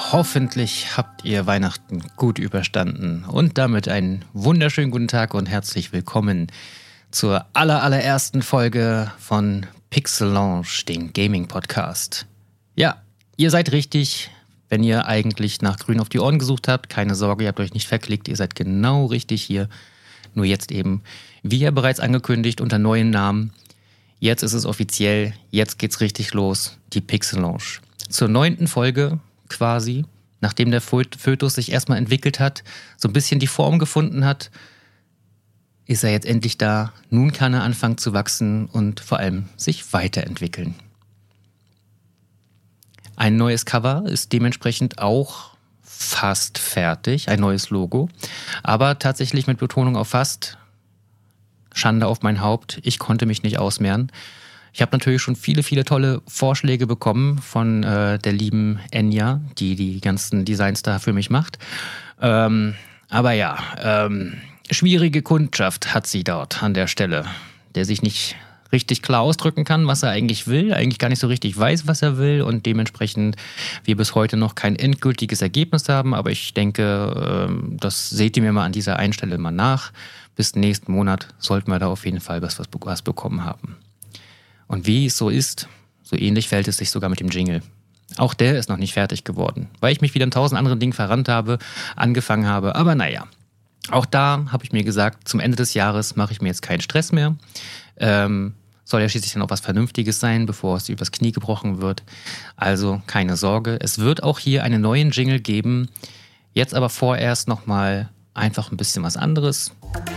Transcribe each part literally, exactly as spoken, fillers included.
Hoffentlich habt ihr Weihnachten gut überstanden und damit einen wunderschönen guten Tag und herzlich willkommen zur aller, allerersten Folge von Pixelange, dem Gaming-Podcast. Ja, ihr seid richtig, wenn ihr eigentlich nach Grün auf die Ohren gesucht habt. Keine Sorge, ihr habt euch nicht verklickt, ihr seid genau richtig hier. Nur jetzt eben, wie ja bereits angekündigt, unter neuen Namen. Jetzt ist es offiziell, jetzt geht's richtig los, die Pixelange. Zur neunten Folge quasi, nachdem der Fötus sich erstmal entwickelt hat, so ein bisschen die Form gefunden hat, ist er jetzt endlich da. Nun kann er anfangen zu wachsen und vor allem sich weiterentwickeln. Ein neues Cover ist dementsprechend auch fast fertig, ein neues Logo, aber tatsächlich mit Betonung auf fast. Schande auf mein Haupt, ich konnte mich nicht ausmehren. Ich habe natürlich schon viele, viele tolle Vorschläge bekommen von äh, der lieben Enya, die die ganzen Designs da für mich macht. Ähm, aber ja, ähm, schwierige Kundschaft hat sie dort an der Stelle, der sich nicht richtig klar ausdrücken kann, was er eigentlich will, eigentlich gar nicht so richtig weiß, was er will und dementsprechend wir bis heute noch kein endgültiges Ergebnis haben. Aber ich denke, ähm, das seht ihr mir mal an dieser einen Stelle mal nach. Bis nächsten Monat sollten wir da auf jeden Fall was, was, was bekommen haben. Und wie es so ist, so ähnlich fällt es sich sogar mit dem Jingle. Auch der ist noch nicht fertig geworden, weil ich mich wieder in tausend anderen Dingen verrannt habe, angefangen habe. Aber naja, auch da habe ich mir gesagt, zum Ende des Jahres mache ich mir jetzt keinen Stress mehr. Ähm, soll ja schließlich dann auch was Vernünftiges sein, bevor es übers Knie gebrochen wird. Also keine Sorge, es wird auch hier einen neuen Jingle geben. Jetzt aber vorerst nochmal einfach ein bisschen was anderes.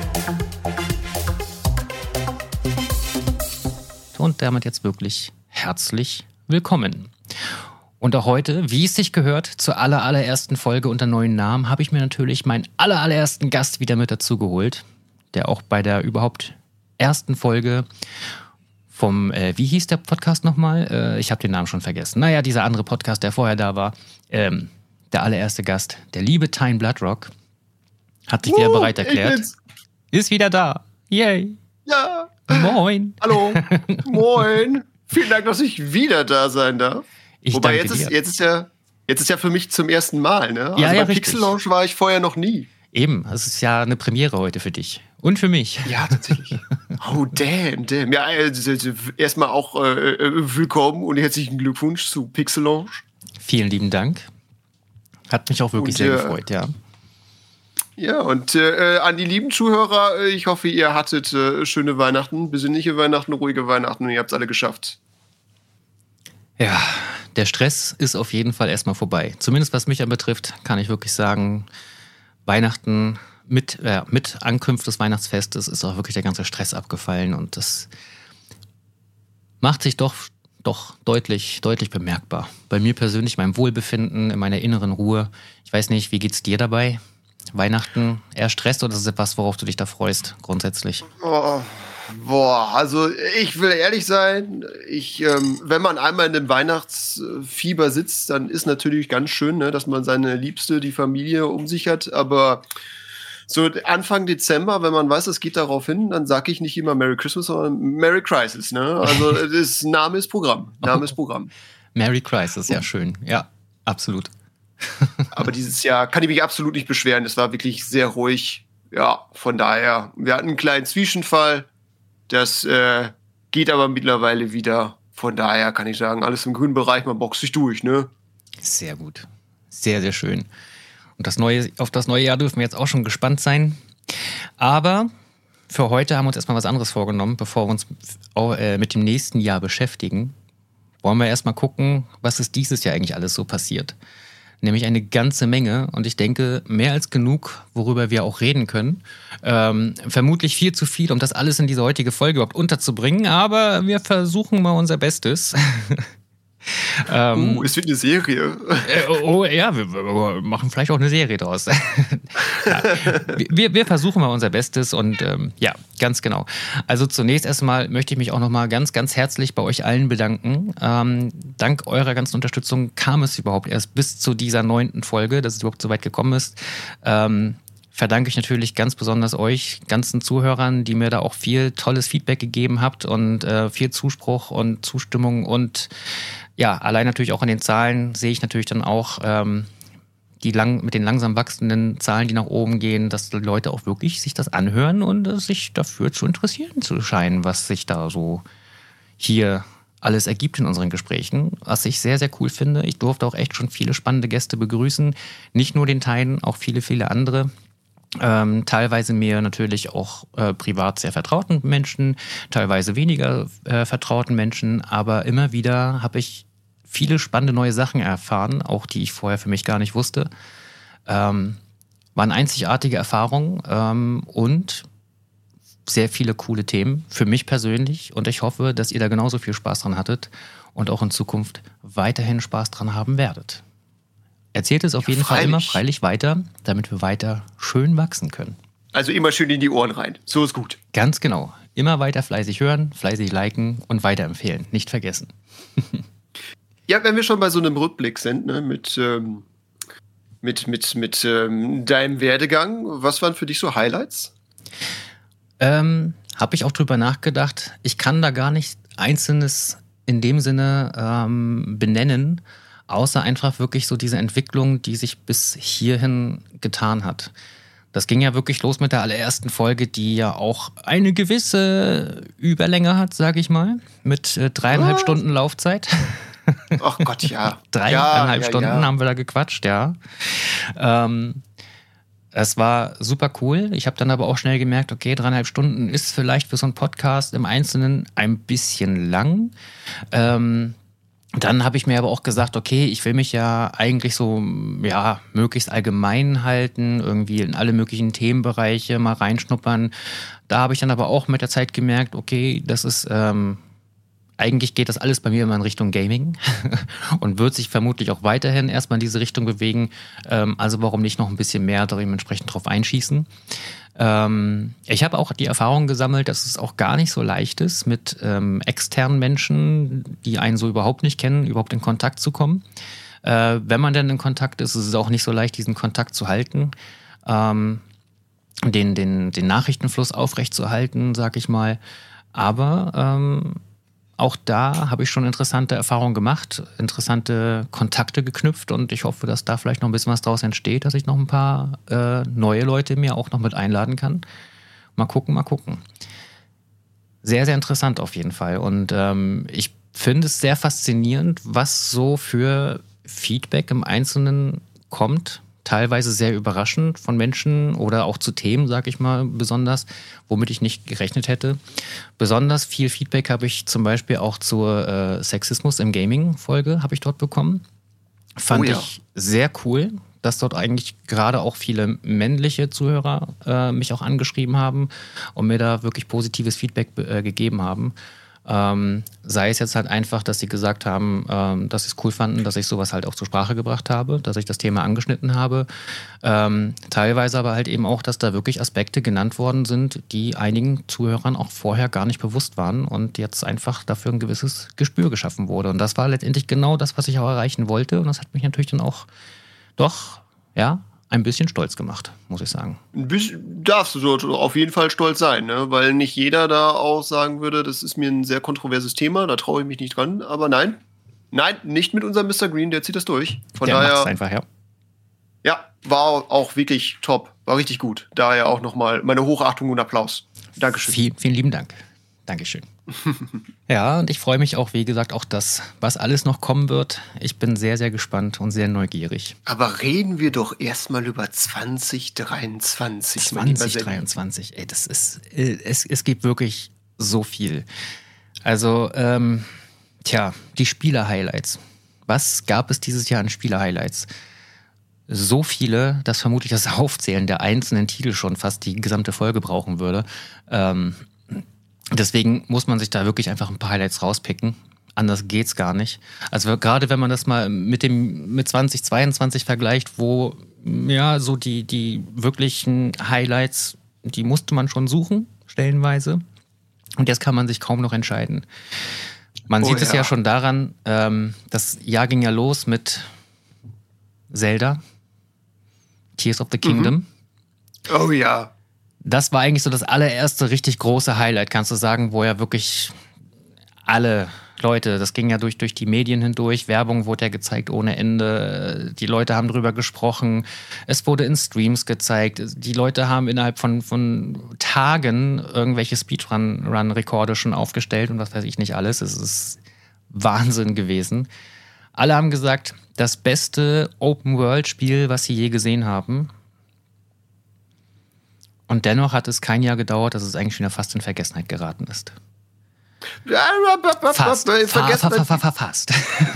Und damit jetzt wirklich herzlich willkommen. Und auch heute, wie es sich gehört, zur aller, allerersten Folge unter neuen Namen, habe ich mir natürlich meinen aller, allerersten Gast wieder mit dazu geholt, der auch bei der überhaupt ersten Folge vom, äh, wie hieß der Podcast nochmal? Äh, ich habe den Namen schon vergessen. Naja, dieser andere Podcast, der vorher da war, ähm, der allererste Gast, der liebe Tyne Bloodrock, hat sich uh, wieder bereit erklärt. Ist wieder da. Yay. Ja. Moin. Hallo. Moin. Vielen Dank, dass ich wieder da sein darf. Ich Wobei danke jetzt dir. ist, jetzt ist ja jetzt ist ja für mich zum ersten Mal, ne? Also ja, ja, bei Pixelange war ich vorher noch nie. Eben, es ist ja eine Premiere heute für dich. Und für mich. Ja, tatsächlich. Oh, damn, damn. Ja, also, erstmal auch äh, willkommen und herzlichen Glückwunsch zu Pixelange. Vielen lieben Dank. Hat mich auch wirklich und, sehr äh, gefreut, ja. Ja, und äh, an die lieben Zuhörer, ich hoffe, ihr hattet äh, schöne Weihnachten, besinnliche Weihnachten, ruhige Weihnachten und ihr habt es alle geschafft. Ja, der Stress ist auf jeden Fall erstmal vorbei. Zumindest was mich anbetrifft, kann ich wirklich sagen, Weihnachten mit, äh, mit Ankunft des Weihnachtsfestes ist auch wirklich der ganze Stress abgefallen und das macht sich doch, doch deutlich, deutlich bemerkbar. Bei mir persönlich, meinem Wohlbefinden, in meiner inneren Ruhe. Ich weiß nicht, wie geht's dir dabei? Weihnachten eher Stress oder ist es etwas, worauf du dich da freust, grundsätzlich? Oh, boah, also ich will ehrlich sein, ich, ähm, wenn man einmal in dem Weihnachtsfieber sitzt, dann ist natürlich ganz schön, ne, dass man seine Liebste, die Familie um sich hat, aber so Anfang Dezember, wenn man weiß, es geht darauf hin, dann sage ich nicht immer Merry Christmas, sondern Merry Crisis, ne? Also das Name ist Programm, Name ist Programm. Merry Crisis, ja schön, ja, absolut. Aber dieses Jahr kann ich mich absolut nicht beschweren. Es war wirklich sehr ruhig. Ja, von daher, wir hatten einen kleinen Zwischenfall. Das äh, geht aber mittlerweile wieder. Von daher kann ich sagen, alles im grünen Bereich, man boxt sich durch, ne? Sehr gut. Sehr, sehr schön. Und das neue, auf das neue Jahr dürfen wir jetzt auch schon gespannt sein. Aber für heute haben wir uns erstmal was anderes vorgenommen, bevor wir uns äh, mit dem nächsten Jahr beschäftigen. Wollen wir erstmal gucken, was ist dieses Jahr eigentlich alles so passiert. Nämlich eine ganze Menge und ich denke, mehr als genug, worüber wir auch reden können. Ähm, vermutlich viel zu viel, um das alles in diese heutige Folge überhaupt unterzubringen, aber wir versuchen mal unser Bestes. ähm, uh, es wird eine Serie. Äh, oh ja, wir, wir machen vielleicht auch eine Serie draus. ja, wir, wir versuchen mal unser Bestes und ähm, ja, ganz genau. Also zunächst erstmal möchte ich mich auch nochmal ganz, ganz herzlich bei euch allen bedanken. Ähm, dank eurer ganzen Unterstützung kam es überhaupt erst bis zu dieser neunten Folge, dass es überhaupt so weit gekommen ist. Ähm, verdanke ich natürlich ganz besonders euch, ganzen Zuhörern, die mir da auch viel tolles Feedback gegeben habt und äh, viel Zuspruch und Zustimmung und ja, allein natürlich auch an den Zahlen sehe ich natürlich dann auch, ähm, die lang, mit den langsam wachsenden Zahlen, die nach oben gehen, dass die Leute auch wirklich sich das anhören und äh, sich dafür zu interessieren zu scheinen, was sich da so hier alles ergibt in unseren Gesprächen, was ich sehr, sehr cool finde. Ich durfte auch echt schon viele spannende Gäste begrüßen, nicht nur den Teinen, auch viele, viele andere. Ähm, teilweise mir natürlich auch äh, privat sehr vertrauten Menschen, teilweise weniger äh, vertrauten Menschen, aber immer wieder habe ich viele spannende neue Sachen erfahren, auch die ich vorher für mich gar nicht wusste. Ähm, waren einzigartige Erfahrungen ähm, und sehr viele coole Themen für mich persönlich und ich hoffe, dass ihr da genauso viel Spaß dran hattet und auch in Zukunft weiterhin Spaß dran haben werdet. Erzählt es auf Ja, jeden freilich. Fall immer freilich weiter, damit wir weiter schön wachsen können. Also immer schön in die Ohren rein. So ist gut. Ganz genau. Immer weiter fleißig hören, fleißig liken und weiterempfehlen. Nicht vergessen. Ja, wenn wir schon bei so einem Rückblick sind, ne, mit, ähm, mit, mit, mit ähm, deinem Werdegang, was waren für dich so Highlights? Ähm, habe ich auch drüber nachgedacht. Ich kann da gar nicht Einzelnes in dem Sinne ähm, benennen, außer einfach wirklich so diese Entwicklung, die sich bis hierhin getan hat. Das ging ja wirklich los mit der allerersten Folge, die ja auch eine gewisse Überlänge hat, sage ich mal, mit äh, dreieinhalb Was? Stunden Laufzeit. Ach Gott, ja. Dreieinhalb ja, ja, Stunden ja. haben wir da gequatscht, ja. Ähm, es war super cool. Ich habe dann aber auch schnell gemerkt, okay, dreieinhalb Stunden ist vielleicht für so einen Podcast im Einzelnen ein bisschen lang. Ähm, dann habe ich mir aber auch gesagt, okay, ich will mich ja eigentlich so, ja, möglichst allgemein halten, irgendwie in alle möglichen Themenbereiche mal reinschnuppern. Da habe ich dann aber auch mit der Zeit gemerkt, okay, das ist, ähm, eigentlich geht das alles bei mir immer in Richtung Gaming und wird sich vermutlich auch weiterhin erstmal in diese Richtung bewegen. Ähm, also warum nicht noch ein bisschen mehr dementsprechend drauf einschießen. Ähm, ich habe auch die Erfahrung gesammelt, dass es auch gar nicht so leicht ist, mit ähm, externen Menschen, die einen so überhaupt nicht kennen, überhaupt in Kontakt zu kommen. Äh, wenn man dann in Kontakt ist, ist es auch nicht so leicht, diesen Kontakt zu halten. Ähm, den, den, den Nachrichtenfluss aufrechtzuerhalten, sag ich mal. Aber ähm, auch da habe ich schon interessante Erfahrungen gemacht, interessante Kontakte geknüpft und ich hoffe, dass da vielleicht noch ein bisschen was draus entsteht, dass ich noch ein paar äh, neue Leute mir auch noch mit einladen kann. Mal gucken, mal gucken. Sehr, sehr interessant auf jeden Fall und ähm, ich finde es sehr faszinierend, was so für Feedback im Einzelnen kommt. Teilweise sehr überraschend von Menschen oder auch zu Themen, sag ich mal, besonders, womit ich nicht gerechnet hätte. Besonders viel Feedback habe ich zum Beispiel auch zur äh, Sexismus im Gaming-Folge habe ich dort bekommen. Fand Oh ja. ich sehr cool, dass dort eigentlich gerade auch viele männliche Zuhörer äh, mich auch angeschrieben haben und mir da wirklich positives Feedback äh, gegeben haben. Ähm, sei es jetzt halt einfach, dass sie gesagt haben, ähm, dass sie es cool fanden, dass ich sowas halt auch zur Sprache gebracht habe, dass ich das Thema angeschnitten habe. Ähm, teilweise aber halt eben auch, dass da wirklich Aspekte genannt worden sind, die einigen Zuhörern auch vorher gar nicht bewusst waren und jetzt einfach dafür ein gewisses Gespür geschaffen wurde. Und das war letztendlich genau das, was ich auch erreichen wollte. Und das hat mich natürlich dann auch doch, ja, ein bisschen stolz gemacht, muss ich sagen. Ein bisschen darfst du dort auf jeden Fall stolz sein, ne? Weil nicht jeder da auch sagen würde, das ist mir ein sehr kontroverses Thema, da traue ich mich nicht dran. Aber nein, nein, nicht mit unserem Mister Green, der zieht das durch. Von Der macht es daher, einfach, ja. ja, war auch wirklich top, war richtig gut. Daher auch nochmal meine Hochachtung und Applaus. Dankeschön. Vielen, vielen lieben Dank. Dankeschön. Ja, und ich freue mich auch, wie gesagt, auch das, was alles noch kommen wird. Ich bin sehr, sehr gespannt und sehr neugierig. Aber reden wir doch erstmal über zwanzig dreiundzwanzig. mein lieber zwanzig dreiundzwanzig, ey, das ist, äh, es, es gibt wirklich so viel. Also, ähm, tja, die Spieler-Highlights. Was gab es dieses Jahr an Spieler-Highlights? So viele, dass vermutlich das Aufzählen der einzelnen Titel schon fast die gesamte Folge brauchen würde. Ähm, Deswegen muss man sich da wirklich einfach ein paar Highlights rauspicken. Anders geht's gar nicht. Also gerade wenn man das mal mit dem mit zwanzig zweiundzwanzig vergleicht, wo ja so die die wirklichen Highlights, die musste man schon suchen stellenweise. Und jetzt kann man sich kaum noch entscheiden. Man Oh sieht es ja. ja schon daran, ähm, das Jahr ging ja los mit Zelda, Tears of the Kingdom. Oh ja. Das war eigentlich so das allererste richtig große Highlight, kannst du sagen, wo ja wirklich alle Leute, das ging ja durch, durch die Medien hindurch, Werbung wurde ja gezeigt ohne Ende, die Leute haben drüber gesprochen, es wurde in Streams gezeigt, die Leute haben innerhalb von, von Tagen irgendwelche Speedrun-Rekorde schon aufgestellt und was weiß ich nicht alles, es ist Wahnsinn gewesen. Alle haben gesagt, das beste Open-World-Spiel, was sie je gesehen haben. Und dennoch hat es kein Jahr gedauert, dass es eigentlich schon fast in Vergessenheit geraten ist. Fast. Fast.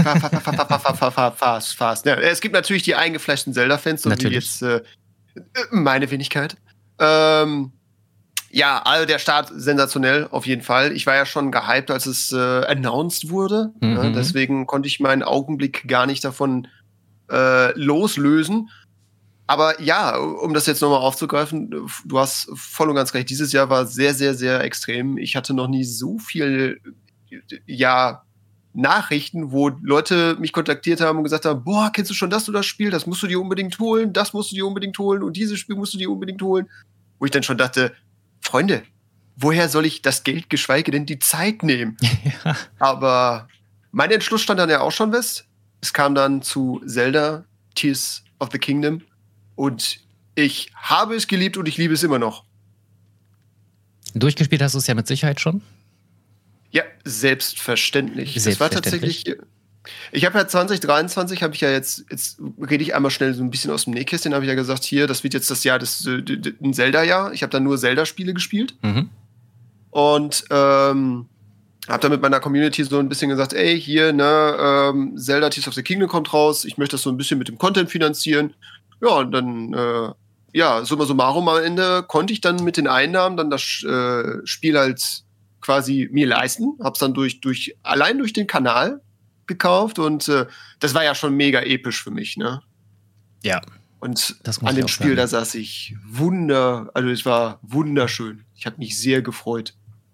Fast. Fast. Ja, es gibt natürlich die eingefleischten Zelda-Fans, so wie jetzt äh, meine Wenigkeit. Ähm, ja, also der Start sensationell, auf jeden Fall. Ich war ja schon gehypt, als es äh, announced wurde. Mhm. Ja, deswegen konnte ich meinen Augenblick gar nicht davon äh, loslösen. Aber ja, um das jetzt nochmal aufzugreifen, du hast voll und ganz recht. Dieses Jahr war sehr, sehr, sehr extrem. Ich hatte noch nie so viel, ja, Nachrichten, wo Leute mich kontaktiert haben und gesagt haben, boah, kennst du schon das oder das Spiel? Das musst du dir unbedingt holen, das musst du dir unbedingt holen und dieses Spiel musst du dir unbedingt holen. Wo ich dann schon dachte, Freunde, woher soll ich das Geld, geschweige denn die Zeit nehmen? Ja. Aber mein Entschluss stand dann ja auch schon fest. Es kam dann zu Zelda, Tears of the Kingdom. Und ich habe es geliebt und ich liebe es immer noch. Durchgespielt hast du es ja mit Sicherheit schon? Ja, selbstverständlich. selbstverständlich. Das war tatsächlich. Ich habe ja zwanzig dreiundzwanzig, habe ich ja jetzt, jetzt rede ich einmal schnell so ein bisschen aus dem Nähkästchen, habe ich ja gesagt, hier, das wird jetzt das Jahr, das ein Zelda-Jahr. Ich habe dann nur Zelda-Spiele gespielt. Mhm. Und ähm, habe dann mit meiner Community so ein bisschen gesagt, ey, hier, ne, ähm, Zelda Tears of the Kingdom kommt raus, ich möchte das so ein bisschen mit dem Content finanzieren. Ja, und dann, äh, ja, summa summarum am Ende konnte ich dann mit den Einnahmen dann das äh, Spiel halt quasi mir leisten. Hab's dann durch, durch, allein durch den Kanal gekauft und äh, das war ja schon mega episch für mich, ne? Ja. Und an dem Spiel, sagen. Da saß ich wunder, also es war wunderschön. Ich habe mich sehr gefreut.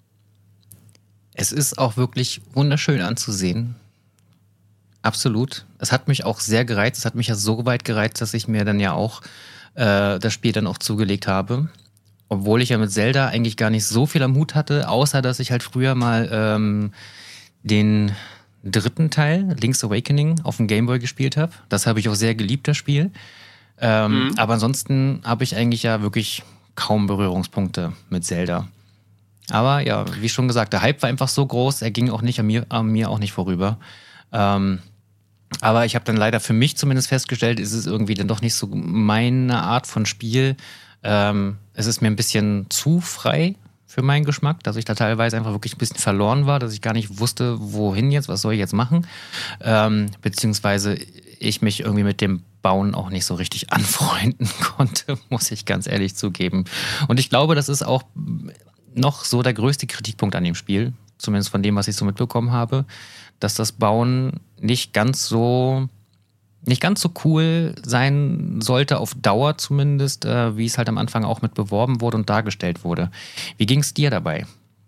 Es ist auch wirklich wunderschön anzusehen. Absolut. Es hat mich auch sehr gereizt. Es hat mich ja so weit gereizt, dass ich mir dann ja auch äh, das Spiel dann auch zugelegt habe. Obwohl ich ja mit Zelda eigentlich gar nicht so viel am Hut hatte, außer dass ich halt früher mal ähm, den dritten Teil, Link's Awakening, auf dem Gameboy gespielt habe. Das habe ich auch sehr geliebt, das Spiel. Ähm, mhm. Aber ansonsten habe ich eigentlich ja wirklich kaum Berührungspunkte mit Zelda. Aber ja, wie schon gesagt, der Hype war einfach so groß, er ging auch nicht an mir, an mir auch nicht vorüber. Ähm, aber ich habe dann leider für mich zumindest festgestellt, ist es irgendwie dann doch nicht so meine Art von Spiel. Ähm, es ist mir ein bisschen zu frei für meinen Geschmack, dass ich da teilweise einfach wirklich ein bisschen verloren war, dass ich gar nicht wusste, wohin jetzt, was soll ich jetzt machen. Ähm, beziehungsweise ich mich irgendwie mit dem Bauen auch nicht so richtig anfreunden konnte, muss ich ganz ehrlich zugeben. Und ich glaube, das ist auch noch so der größte Kritikpunkt an dem Spiel, zumindest von dem, was ich so mitbekommen habe, dass das Bauen nicht ganz so nicht ganz so cool sein sollte, auf Dauer zumindest, äh, wie es halt am Anfang auch mit beworben wurde und dargestellt wurde. Wie ging es dir dabei?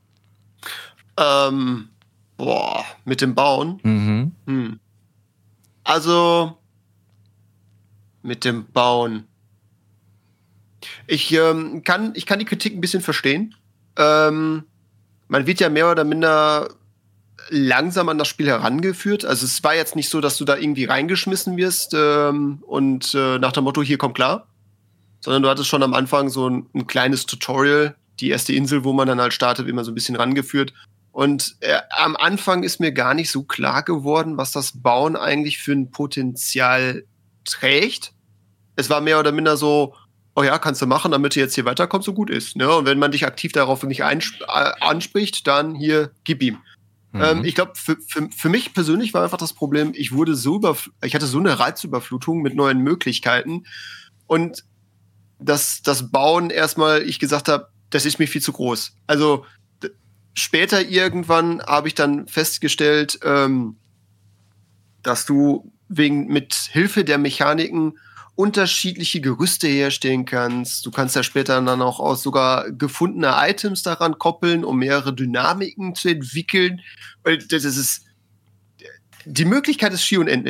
Ähm, boah, mit dem Bauen? Mhm. Hm. Also, mit dem Bauen. Ich, ähm, kann, ich kann die Kritik ein bisschen verstehen. Ähm, man wird ja mehr oder minder langsam an das Spiel herangeführt. Also es war jetzt nicht so, dass du da irgendwie reingeschmissen wirst ähm, und äh, nach dem Motto, hier komm klar, sondern du hattest schon am Anfang so ein, ein kleines Tutorial, die erste Insel, wo man dann halt startet, immer so ein bisschen rangeführt. Und äh, am Anfang ist mir gar nicht so klar geworden, was das Bauen eigentlich für ein Potenzial trägt. Es war mehr oder minder so, oh ja, kannst du machen, damit du jetzt hier weiterkommst, so gut ist. Ne? Und wenn man dich aktiv darauf nicht einsp- äh, anspricht, dann hier, gib ihm. Mhm. Ähm, ich glaube, für, für, für mich persönlich war einfach das Problem, ich wurde so über, ich hatte so eine Reizüberflutung mit neuen Möglichkeiten und dass das Bauen erstmal, ich gesagt habe, das ist mir viel zu groß. Also d- später irgendwann habe ich dann festgestellt, ähm, dass du wegen mit Hilfe der Mechaniken unterschiedliche Gerüste herstellen kannst. Du kannst ja später dann auch aus sogar gefundene Items daran koppeln, um mehrere Dynamiken zu entwickeln. Das ist, die Möglichkeit ist schier unendlich.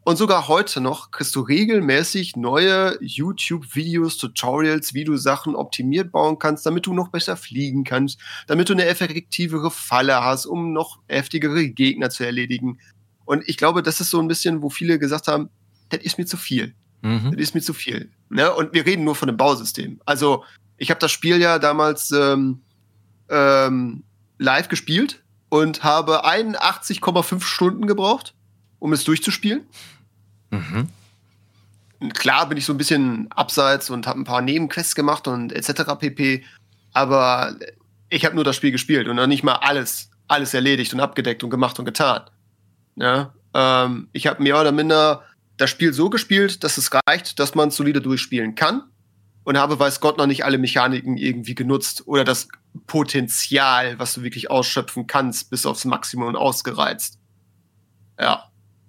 Und sogar heute noch kriegst du regelmäßig neue YouTube-Videos, Tutorials, wie du Sachen optimiert bauen kannst, damit du noch besser fliegen kannst, damit du eine effektivere Falle hast, um noch heftigere Gegner zu erledigen. Und ich glaube, das ist so ein bisschen, wo viele gesagt haben, das ist mir zu viel. Mhm. Das ist mir zu viel. Ne? Und wir reden nur von dem Bausystem. Also ich habe das Spiel ja damals ähm, ähm, live gespielt und habe einundachtzig Komma fünf Stunden gebraucht, um es durchzuspielen. Mhm. Klar bin ich so ein bisschen abseits und habe ein paar Nebenquests gemacht und et cetera pp. Aber ich habe nur das Spiel gespielt und noch nicht mal alles, alles erledigt und abgedeckt und gemacht und getan. Ja? Ähm, ich habe mehr oder minder das Spiel so gespielt, dass es reicht, dass man es solide durchspielen kann und habe, weiß Gott, noch nicht alle Mechaniken irgendwie genutzt oder das Potenzial, was du wirklich ausschöpfen kannst, bis aufs Maximum ausgereizt. Ja.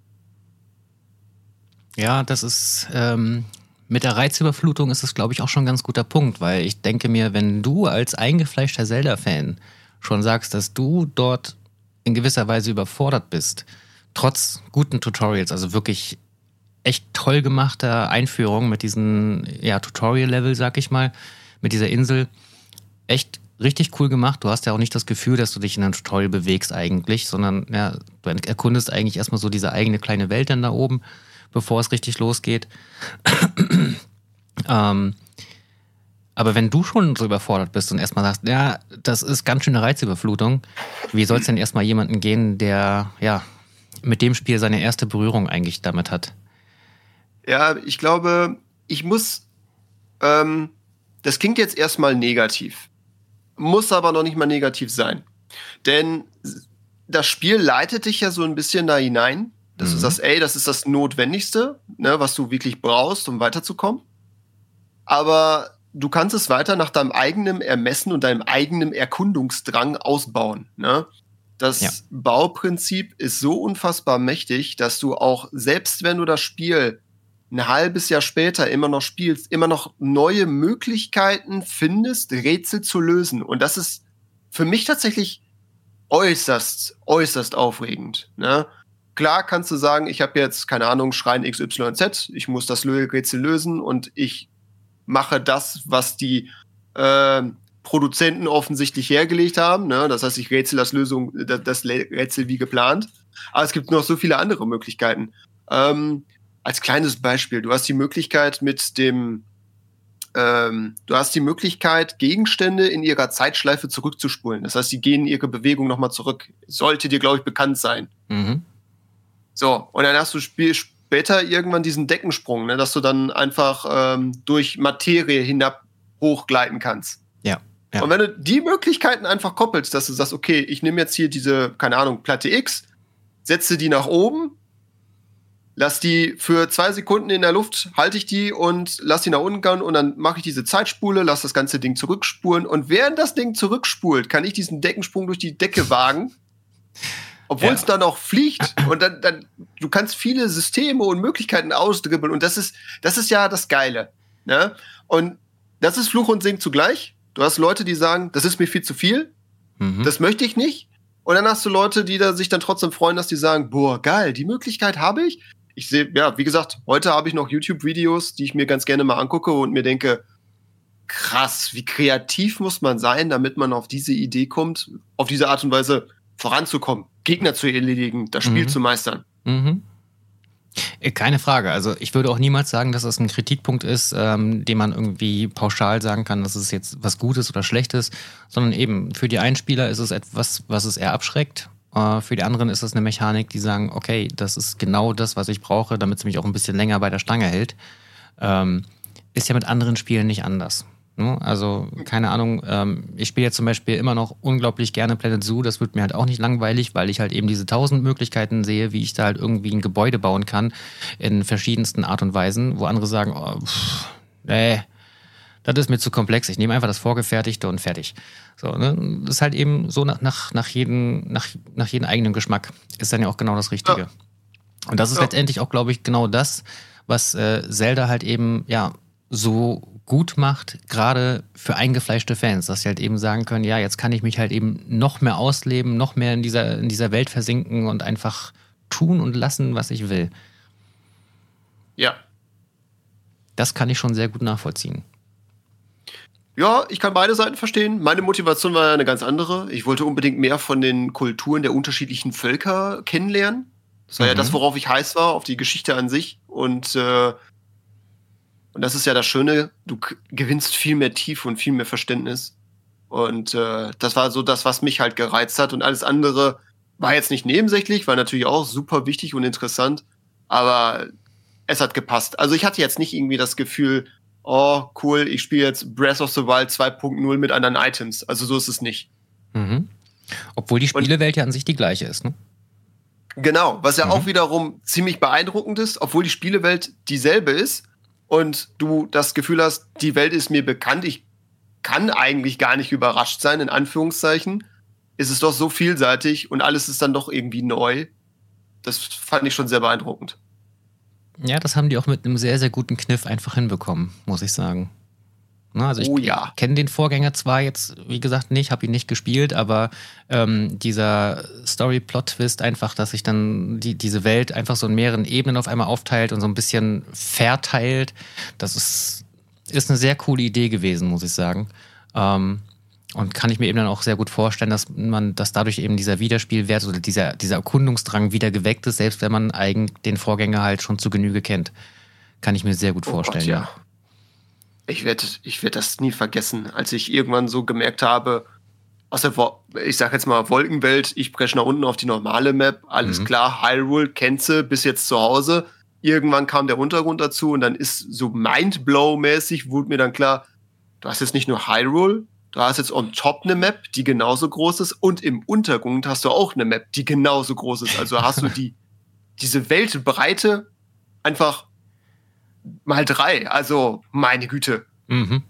Ja, das ist, ähm, mit der Reizüberflutung ist es, glaube ich, auch schon ein ganz guter Punkt, weil ich denke mir, wenn du als eingefleischter Zelda-Fan schon sagst, dass du dort in gewisser Weise überfordert bist, trotz guten Tutorials, also wirklich echt toll gemachter Einführung mit diesen, ja, Tutorial-Level, sag ich mal, mit dieser Insel, echt richtig cool gemacht. Du hast ja auch nicht das Gefühl, dass du dich in einem Tutorial bewegst eigentlich, sondern ja, du erkundest eigentlich erstmal so diese eigene kleine Welt dann da oben, bevor es richtig losgeht. ähm, aber wenn du schon so überfordert bist und erstmal sagst, ja, das ist ganz schön eine Reizüberflutung, wie soll es denn erstmal jemanden gehen, der ja mit dem Spiel seine erste Berührung eigentlich damit hat? Ja, ich glaube, ich muss, ähm, das klingt jetzt erstmal negativ, muss aber noch nicht mal negativ sein. Denn das Spiel leitet dich ja so ein bisschen da hinein, dass mhm. du sagst, ey, das ist das Notwendigste, ne, was du wirklich brauchst, um weiterzukommen. Aber du kannst es weiter nach deinem eigenen Ermessen und deinem eigenen Erkundungsdrang ausbauen. Ne? Das ja. Bauprinzip ist so unfassbar mächtig, dass du auch, selbst wenn du das Spiel ein halbes Jahr später immer noch spielst, immer noch neue Möglichkeiten findest, Rätsel zu lösen. Und das ist für mich tatsächlich äußerst, äußerst aufregend. Ne? Klar kannst du sagen, ich habe jetzt, keine Ahnung, Schrein X Y Z, ich muss das Rätsel lösen und ich mache das, was die äh, Produzenten offensichtlich hergelegt haben. Ne? Das heißt, ich rätsel das, Lösung, das Rätsel wie geplant. Aber es gibt noch so viele andere Möglichkeiten. Ähm, als kleines Beispiel, du hast die Möglichkeit mit dem ähm, du hast die Möglichkeit, Gegenstände in ihrer Zeitschleife zurückzuspulen. Das heißt, die gehen ihre Bewegung nochmal zurück. Sollte dir, glaube ich, bekannt sein. Mhm. So, und dann hast du sp- später irgendwann diesen Deckensprung, ne, dass du dann einfach ähm, durch Materie hinab hochgleiten kannst. Ja, ja. Und wenn du die Möglichkeiten einfach koppelst, dass du sagst, okay, ich nehme jetzt hier diese, keine Ahnung, Platte X, setze die nach oben, lass die für zwei Sekunden in der Luft, halte ich die und lass die nach unten gehen und dann mache ich diese Zeitspule, lass das ganze Ding zurückspulen und während das Ding zurückspult, kann ich diesen Deckensprung durch die Decke wagen, obwohl ja. es dann auch fliegt und dann, dann, du kannst viele Systeme und Möglichkeiten ausdribbeln und das ist, das ist ja das Geile, ne? Und das ist Fluch und Segen zugleich. Du hast Leute, die sagen, das ist mir viel zu viel, mhm. das möchte ich nicht. Und dann hast du Leute, die da sich dann trotzdem freuen, dass die sagen, boah, geil, die Möglichkeit habe ich. Ich sehe, ja, wie gesagt, heute habe ich noch YouTube-Videos, die ich mir ganz gerne mal angucke und mir denke, krass, wie kreativ muss man sein, damit man auf diese Idee kommt, auf diese Art und Weise voranzukommen, Gegner zu erledigen, das Spiel mhm. zu meistern. Mhm. Keine Frage. Also ich würde auch niemals sagen, dass das ein Kritikpunkt ist, ähm, den man irgendwie pauschal sagen kann, dass es jetzt was Gutes oder Schlechtes, sondern eben für die einen Spieler ist es etwas, was es eher abschreckt. Äh, für die anderen ist es eine Mechanik, die sagen, okay, das ist genau das, was ich brauche, damit es mich auch ein bisschen länger bei der Stange hält. Ähm, ist ja mit anderen Spielen nicht anders. Ne? Also keine Ahnung, ähm, ich spiele jetzt zum Beispiel immer noch unglaublich gerne Planet Zoo, das wird mir halt auch nicht langweilig, weil ich halt eben diese tausend Möglichkeiten sehe, wie ich da halt irgendwie ein Gebäude bauen kann in verschiedensten Art und Weisen, wo andere sagen, oh, pff, nee, das ist mir zu komplex, ich nehme einfach das Vorgefertigte und fertig. So, ne? Das ist halt eben so nach, nach, nach, jedem, nach, nach jedem eigenen Geschmack ist dann ja auch genau das Richtige. Ja. Und das ist ja. letztendlich auch, glaube ich, genau das, was äh, Zelda halt eben, ja, so gut macht, gerade für eingefleischte Fans, dass sie halt eben sagen können, ja, jetzt kann ich mich halt eben noch mehr ausleben, noch mehr in dieser, in dieser Welt versinken und einfach tun und lassen, was ich will. Ja. Das kann ich schon sehr gut nachvollziehen. Ja, ich kann beide Seiten verstehen. Meine Motivation war ja eine ganz andere. Ich wollte unbedingt mehr von den Kulturen der unterschiedlichen Völker kennenlernen. Das war mhm. ja das, worauf ich heiß war, auf die Geschichte an sich. Und, äh, und das ist ja das Schöne, du k- gewinnst viel mehr Tiefe und viel mehr Verständnis. Und äh, das war so das, was mich halt gereizt hat. Und alles andere war jetzt nicht nebensächlich, war natürlich auch super wichtig und interessant. Aber es hat gepasst. Also ich hatte jetzt nicht irgendwie das Gefühl, oh, cool, ich spiele jetzt Breath of the Wild zwei Punkt null mit anderen Items. Also so ist es nicht. Mhm. Obwohl die Spielewelt ja an sich die gleiche ist, ne? Genau, was ja mhm. auch wiederum ziemlich beeindruckend ist, obwohl die Spielewelt dieselbe ist und du das Gefühl hast, die Welt ist mir bekannt, ich kann eigentlich gar nicht überrascht sein, in Anführungszeichen, ist es doch so vielseitig und alles ist dann doch irgendwie neu. Das fand ich schon sehr beeindruckend. Ja, das haben die auch mit einem sehr, sehr guten Kniff einfach hinbekommen, muss ich sagen. Na, also ich oh ja. kenne den Vorgänger zwar jetzt, wie gesagt, nicht, habe ihn nicht gespielt, aber ähm, dieser Story-Plot-Twist einfach, dass sich dann die, diese Welt einfach so in mehreren Ebenen auf einmal aufteilt und so ein bisschen verteilt, das ist, ist eine sehr coole Idee gewesen, muss ich sagen. Ähm, und kann ich mir eben dann auch sehr gut vorstellen, dass man, dass dadurch eben dieser Wiederspielwert oder dieser, dieser Erkundungsdrang wieder geweckt ist, selbst wenn man eigentlich den Vorgänger halt schon zu Genüge kennt. Kann ich mir sehr gut vorstellen, oh Gott, ja. ja. Ich werde ich werd das nie vergessen, als ich irgendwann so gemerkt habe, aus der, Wo- ich sag jetzt mal Wolkenwelt, ich breche nach unten auf die normale Map, alles Mhm. klar, Hyrule, kennst du, bis jetzt zu Hause. Irgendwann kam der Untergrund dazu und dann ist so Mindblow-mäßig, wurde mir dann klar, du hast jetzt nicht nur Hyrule, du hast jetzt on top eine Map, die genauso groß ist und im Untergrund hast du auch eine Map, die genauso groß ist. Also hast du die, diese Weltbreite einfach mal drei. Also, meine Güte. Mhm.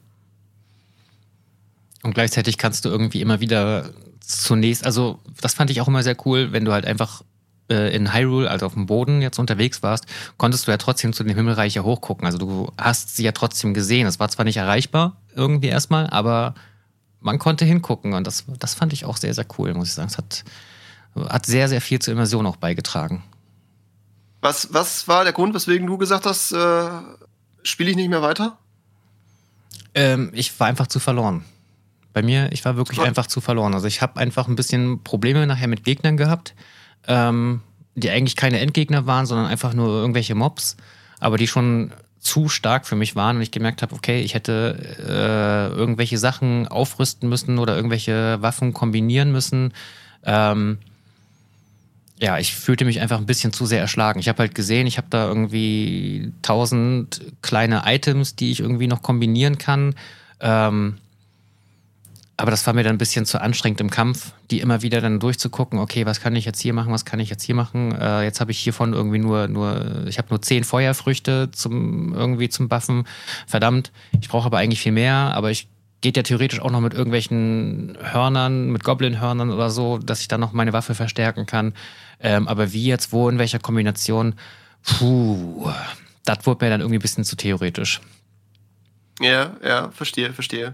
Und gleichzeitig kannst du irgendwie immer wieder zunächst, also das fand ich auch immer sehr cool, wenn du halt einfach äh, in Hyrule, also auf dem Boden jetzt unterwegs warst, konntest du ja trotzdem zu dem Himmelreich ja hochgucken. Also du hast sie ja trotzdem gesehen. Es war zwar nicht erreichbar irgendwie erstmal, aber man konnte hingucken und das, das fand ich auch sehr, sehr cool, muss ich sagen. Es hat, hat sehr, sehr viel zur Immersion auch beigetragen. Was, was war der Grund, weswegen du gesagt hast, äh, spiele ich nicht mehr weiter? Ähm, ich war einfach zu verloren. Bei mir, ich war wirklich Ver- einfach zu verloren. Also ich habe einfach ein bisschen Probleme nachher mit Gegnern gehabt, ähm, die eigentlich keine Endgegner waren, sondern einfach nur irgendwelche Mobs, aber die schon zu stark für mich waren und ich gemerkt habe, okay, ich hätte äh, irgendwelche Sachen aufrüsten müssen oder irgendwelche Waffen kombinieren müssen. Ähm, ja, ich fühlte mich einfach ein bisschen zu sehr erschlagen. Ich habe halt gesehen, ich habe da irgendwie tausend kleine Items, die ich irgendwie noch kombinieren kann. Ähm, aber das war mir dann ein bisschen zu anstrengend im Kampf, die immer wieder dann durchzugucken, okay, was kann ich jetzt hier machen, was kann ich jetzt hier machen. Äh, jetzt habe ich hiervon irgendwie nur, nur ich habe nur zehn Feuerfrüchte zum irgendwie zum Buffen. Verdammt, ich brauche aber eigentlich viel mehr, aber ich geht ja theoretisch auch noch mit irgendwelchen Hörnern, mit Goblin-Hörnern oder so, dass ich dann noch meine Waffe verstärken kann. Ähm, aber wie jetzt, wo, in welcher Kombination, puh, das wurde mir dann irgendwie ein bisschen zu theoretisch. Ja, ja, verstehe, verstehe.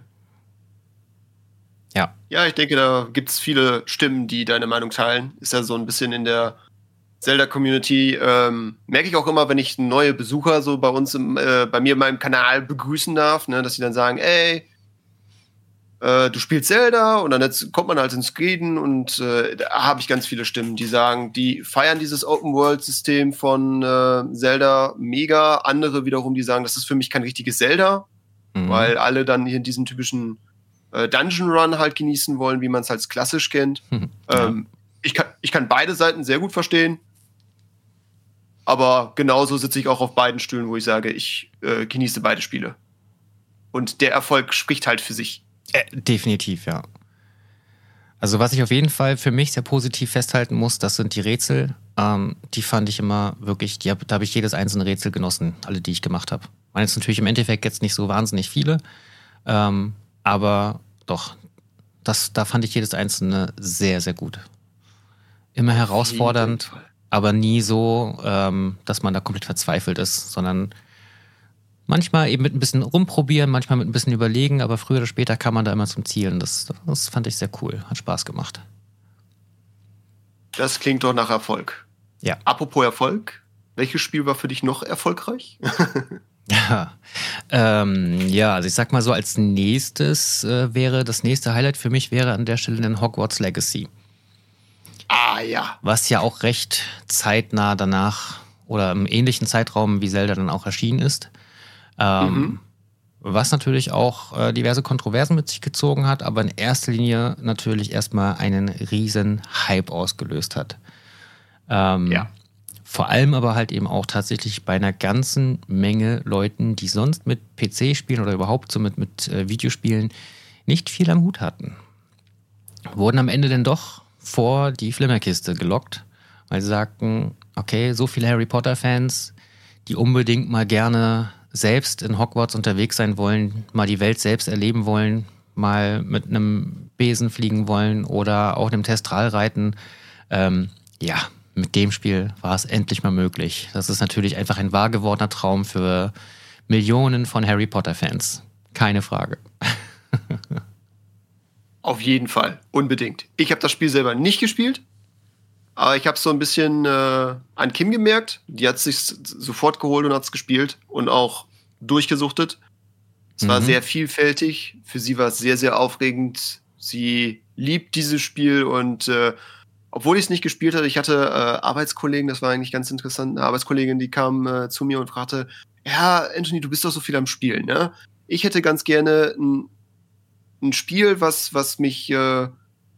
Ja. Ja, ich denke, da gibt es viele Stimmen, die deine Meinung teilen. Ist ja so ein bisschen in der Zelda-Community. Ähm, merke ich auch immer, wenn ich neue Besucher so bei uns, im, äh, bei mir in meinem Kanal begrüßen darf, ne, dass sie dann sagen, ey, äh, du spielst Zelda und dann jetzt kommt man halt ins Reden und äh, da habe ich ganz viele Stimmen, die sagen, die feiern dieses Open-World-System von äh, Zelda mega. Andere wiederum, die sagen, das ist für mich kein richtiges Zelda, mhm. weil alle dann hier in diesen typischen äh, Dungeon Run halt genießen wollen, wie man es halt klassisch kennt. Mhm. Ähm, ja. ich, kann, ich kann beide Seiten sehr gut verstehen, aber genauso sitze ich auch auf beiden Stühlen, wo ich sage, ich äh, genieße beide Spiele. Und der Erfolg spricht halt für sich. Äh, definitiv, ja. Also was ich auf jeden Fall für mich sehr positiv festhalten muss, das sind die Rätsel. Ähm, die fand ich immer wirklich, die hab, da habe ich jedes einzelne Rätsel genossen, alle, die ich gemacht habe. Man ist natürlich im Endeffekt jetzt nicht so wahnsinnig viele, ähm, aber doch, das, da fand ich jedes einzelne sehr, sehr gut. Immer herausfordernd, aber nie so, ähm, dass man da komplett verzweifelt ist, sondern manchmal eben mit ein bisschen rumprobieren, manchmal mit ein bisschen überlegen, aber früher oder später kam man da immer zum Ziel. Und das, das fand ich sehr cool. Hat Spaß gemacht. Das klingt doch nach Erfolg. Ja. Apropos Erfolg, welches Spiel war für dich noch erfolgreich? Ja, ähm, ja, also ich sag mal so, als nächstes äh, wäre, das nächste Highlight für mich wäre an der Stelle dann Hogwarts Legacy. Ah ja. Was ja auch recht zeitnah danach oder im ähnlichen Zeitraum wie Zelda dann auch erschienen ist. Ähm, mhm. Was natürlich auch äh, diverse Kontroversen mit sich gezogen hat, aber in erster Linie natürlich erstmal einen riesen Hype ausgelöst hat. Ähm, ja. Vor allem aber halt eben auch tatsächlich bei einer ganzen Menge Leuten, die sonst mit P C spielen oder überhaupt so mit, mit äh, Videospielen nicht viel am Hut hatten. Wurden am Ende dann doch vor die Flimmerkiste gelockt, weil sie sagten, okay, so viele Harry Potter-Fans, die unbedingt mal gerne selbst in Hogwarts unterwegs sein wollen, mal die Welt selbst erleben wollen, mal mit einem Besen fliegen wollen oder auch einem Testral reiten. Ähm, ja, mit dem Spiel war es endlich mal möglich. Das ist natürlich einfach ein wahr gewordener Traum für Millionen von Harry Potter-Fans. Keine Frage. Auf jeden Fall, unbedingt. Ich habe das Spiel selber nicht gespielt, aber ich habe so ein bisschen äh, an Kim gemerkt. Die hat sich sofort geholt und hat es gespielt und auch durchgesuchtet. Es mhm. war sehr vielfältig. Für sie war es sehr, sehr aufregend. Sie liebt dieses Spiel und äh, obwohl ich es nicht gespielt hatte, ich hatte äh, Arbeitskollegen, das war eigentlich ganz interessant, eine Arbeitskollegin, die kam äh, zu mir und fragte, ja, Anthony, du bist doch so viel am Spielen, ne? Ich hätte ganz gerne ein ein Spiel, was, was mich, äh,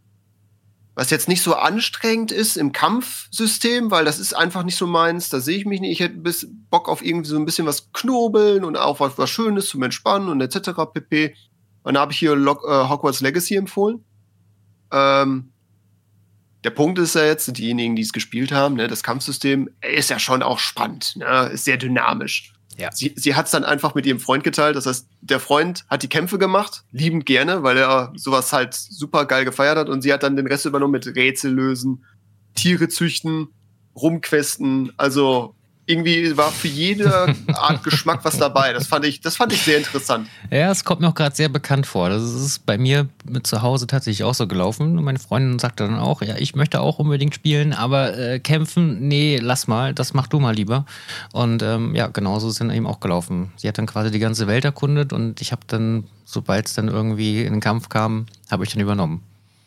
was jetzt nicht so anstrengend ist im Kampfsystem, weil das ist einfach nicht so meins, da sehe ich mich nicht. Ich hätte bis Bock auf irgendwie so ein bisschen was knobeln und auch was, was Schönes zum Entspannen und et cetera pp. Und da habe ich hier Log- äh, Hogwarts Legacy empfohlen. Ähm, der Punkt ist ja jetzt, diejenigen, die es gespielt haben, ne, das Kampfsystem ist ja schon auch spannend, ne, ist sehr dynamisch. Ja. Sie, sie hat es dann einfach mit ihrem Freund geteilt. Das heißt, der Freund hat die Kämpfe gemacht, liebend gerne, weil er sowas halt super geil gefeiert hat. Und sie hat dann den Rest übernommen mit Rätsel lösen, Tiere züchten, rumquesten. Also irgendwie war für jede Art Geschmack was dabei. Das fand ich, das fand ich sehr interessant. Ja, es kommt mir auch gerade sehr bekannt vor. Das ist bei mir mit zu Hause tatsächlich auch so gelaufen. Und meine Freundin sagte dann auch, ja, ich möchte auch unbedingt spielen, aber äh, kämpfen, nee, lass mal, das mach du mal lieber. Und ähm, ja, genauso ist dann eben auch gelaufen. Sie hat dann quasi die ganze Welt erkundet und ich habe dann, sobald es dann irgendwie in den Kampf kam, habe ich dann übernommen.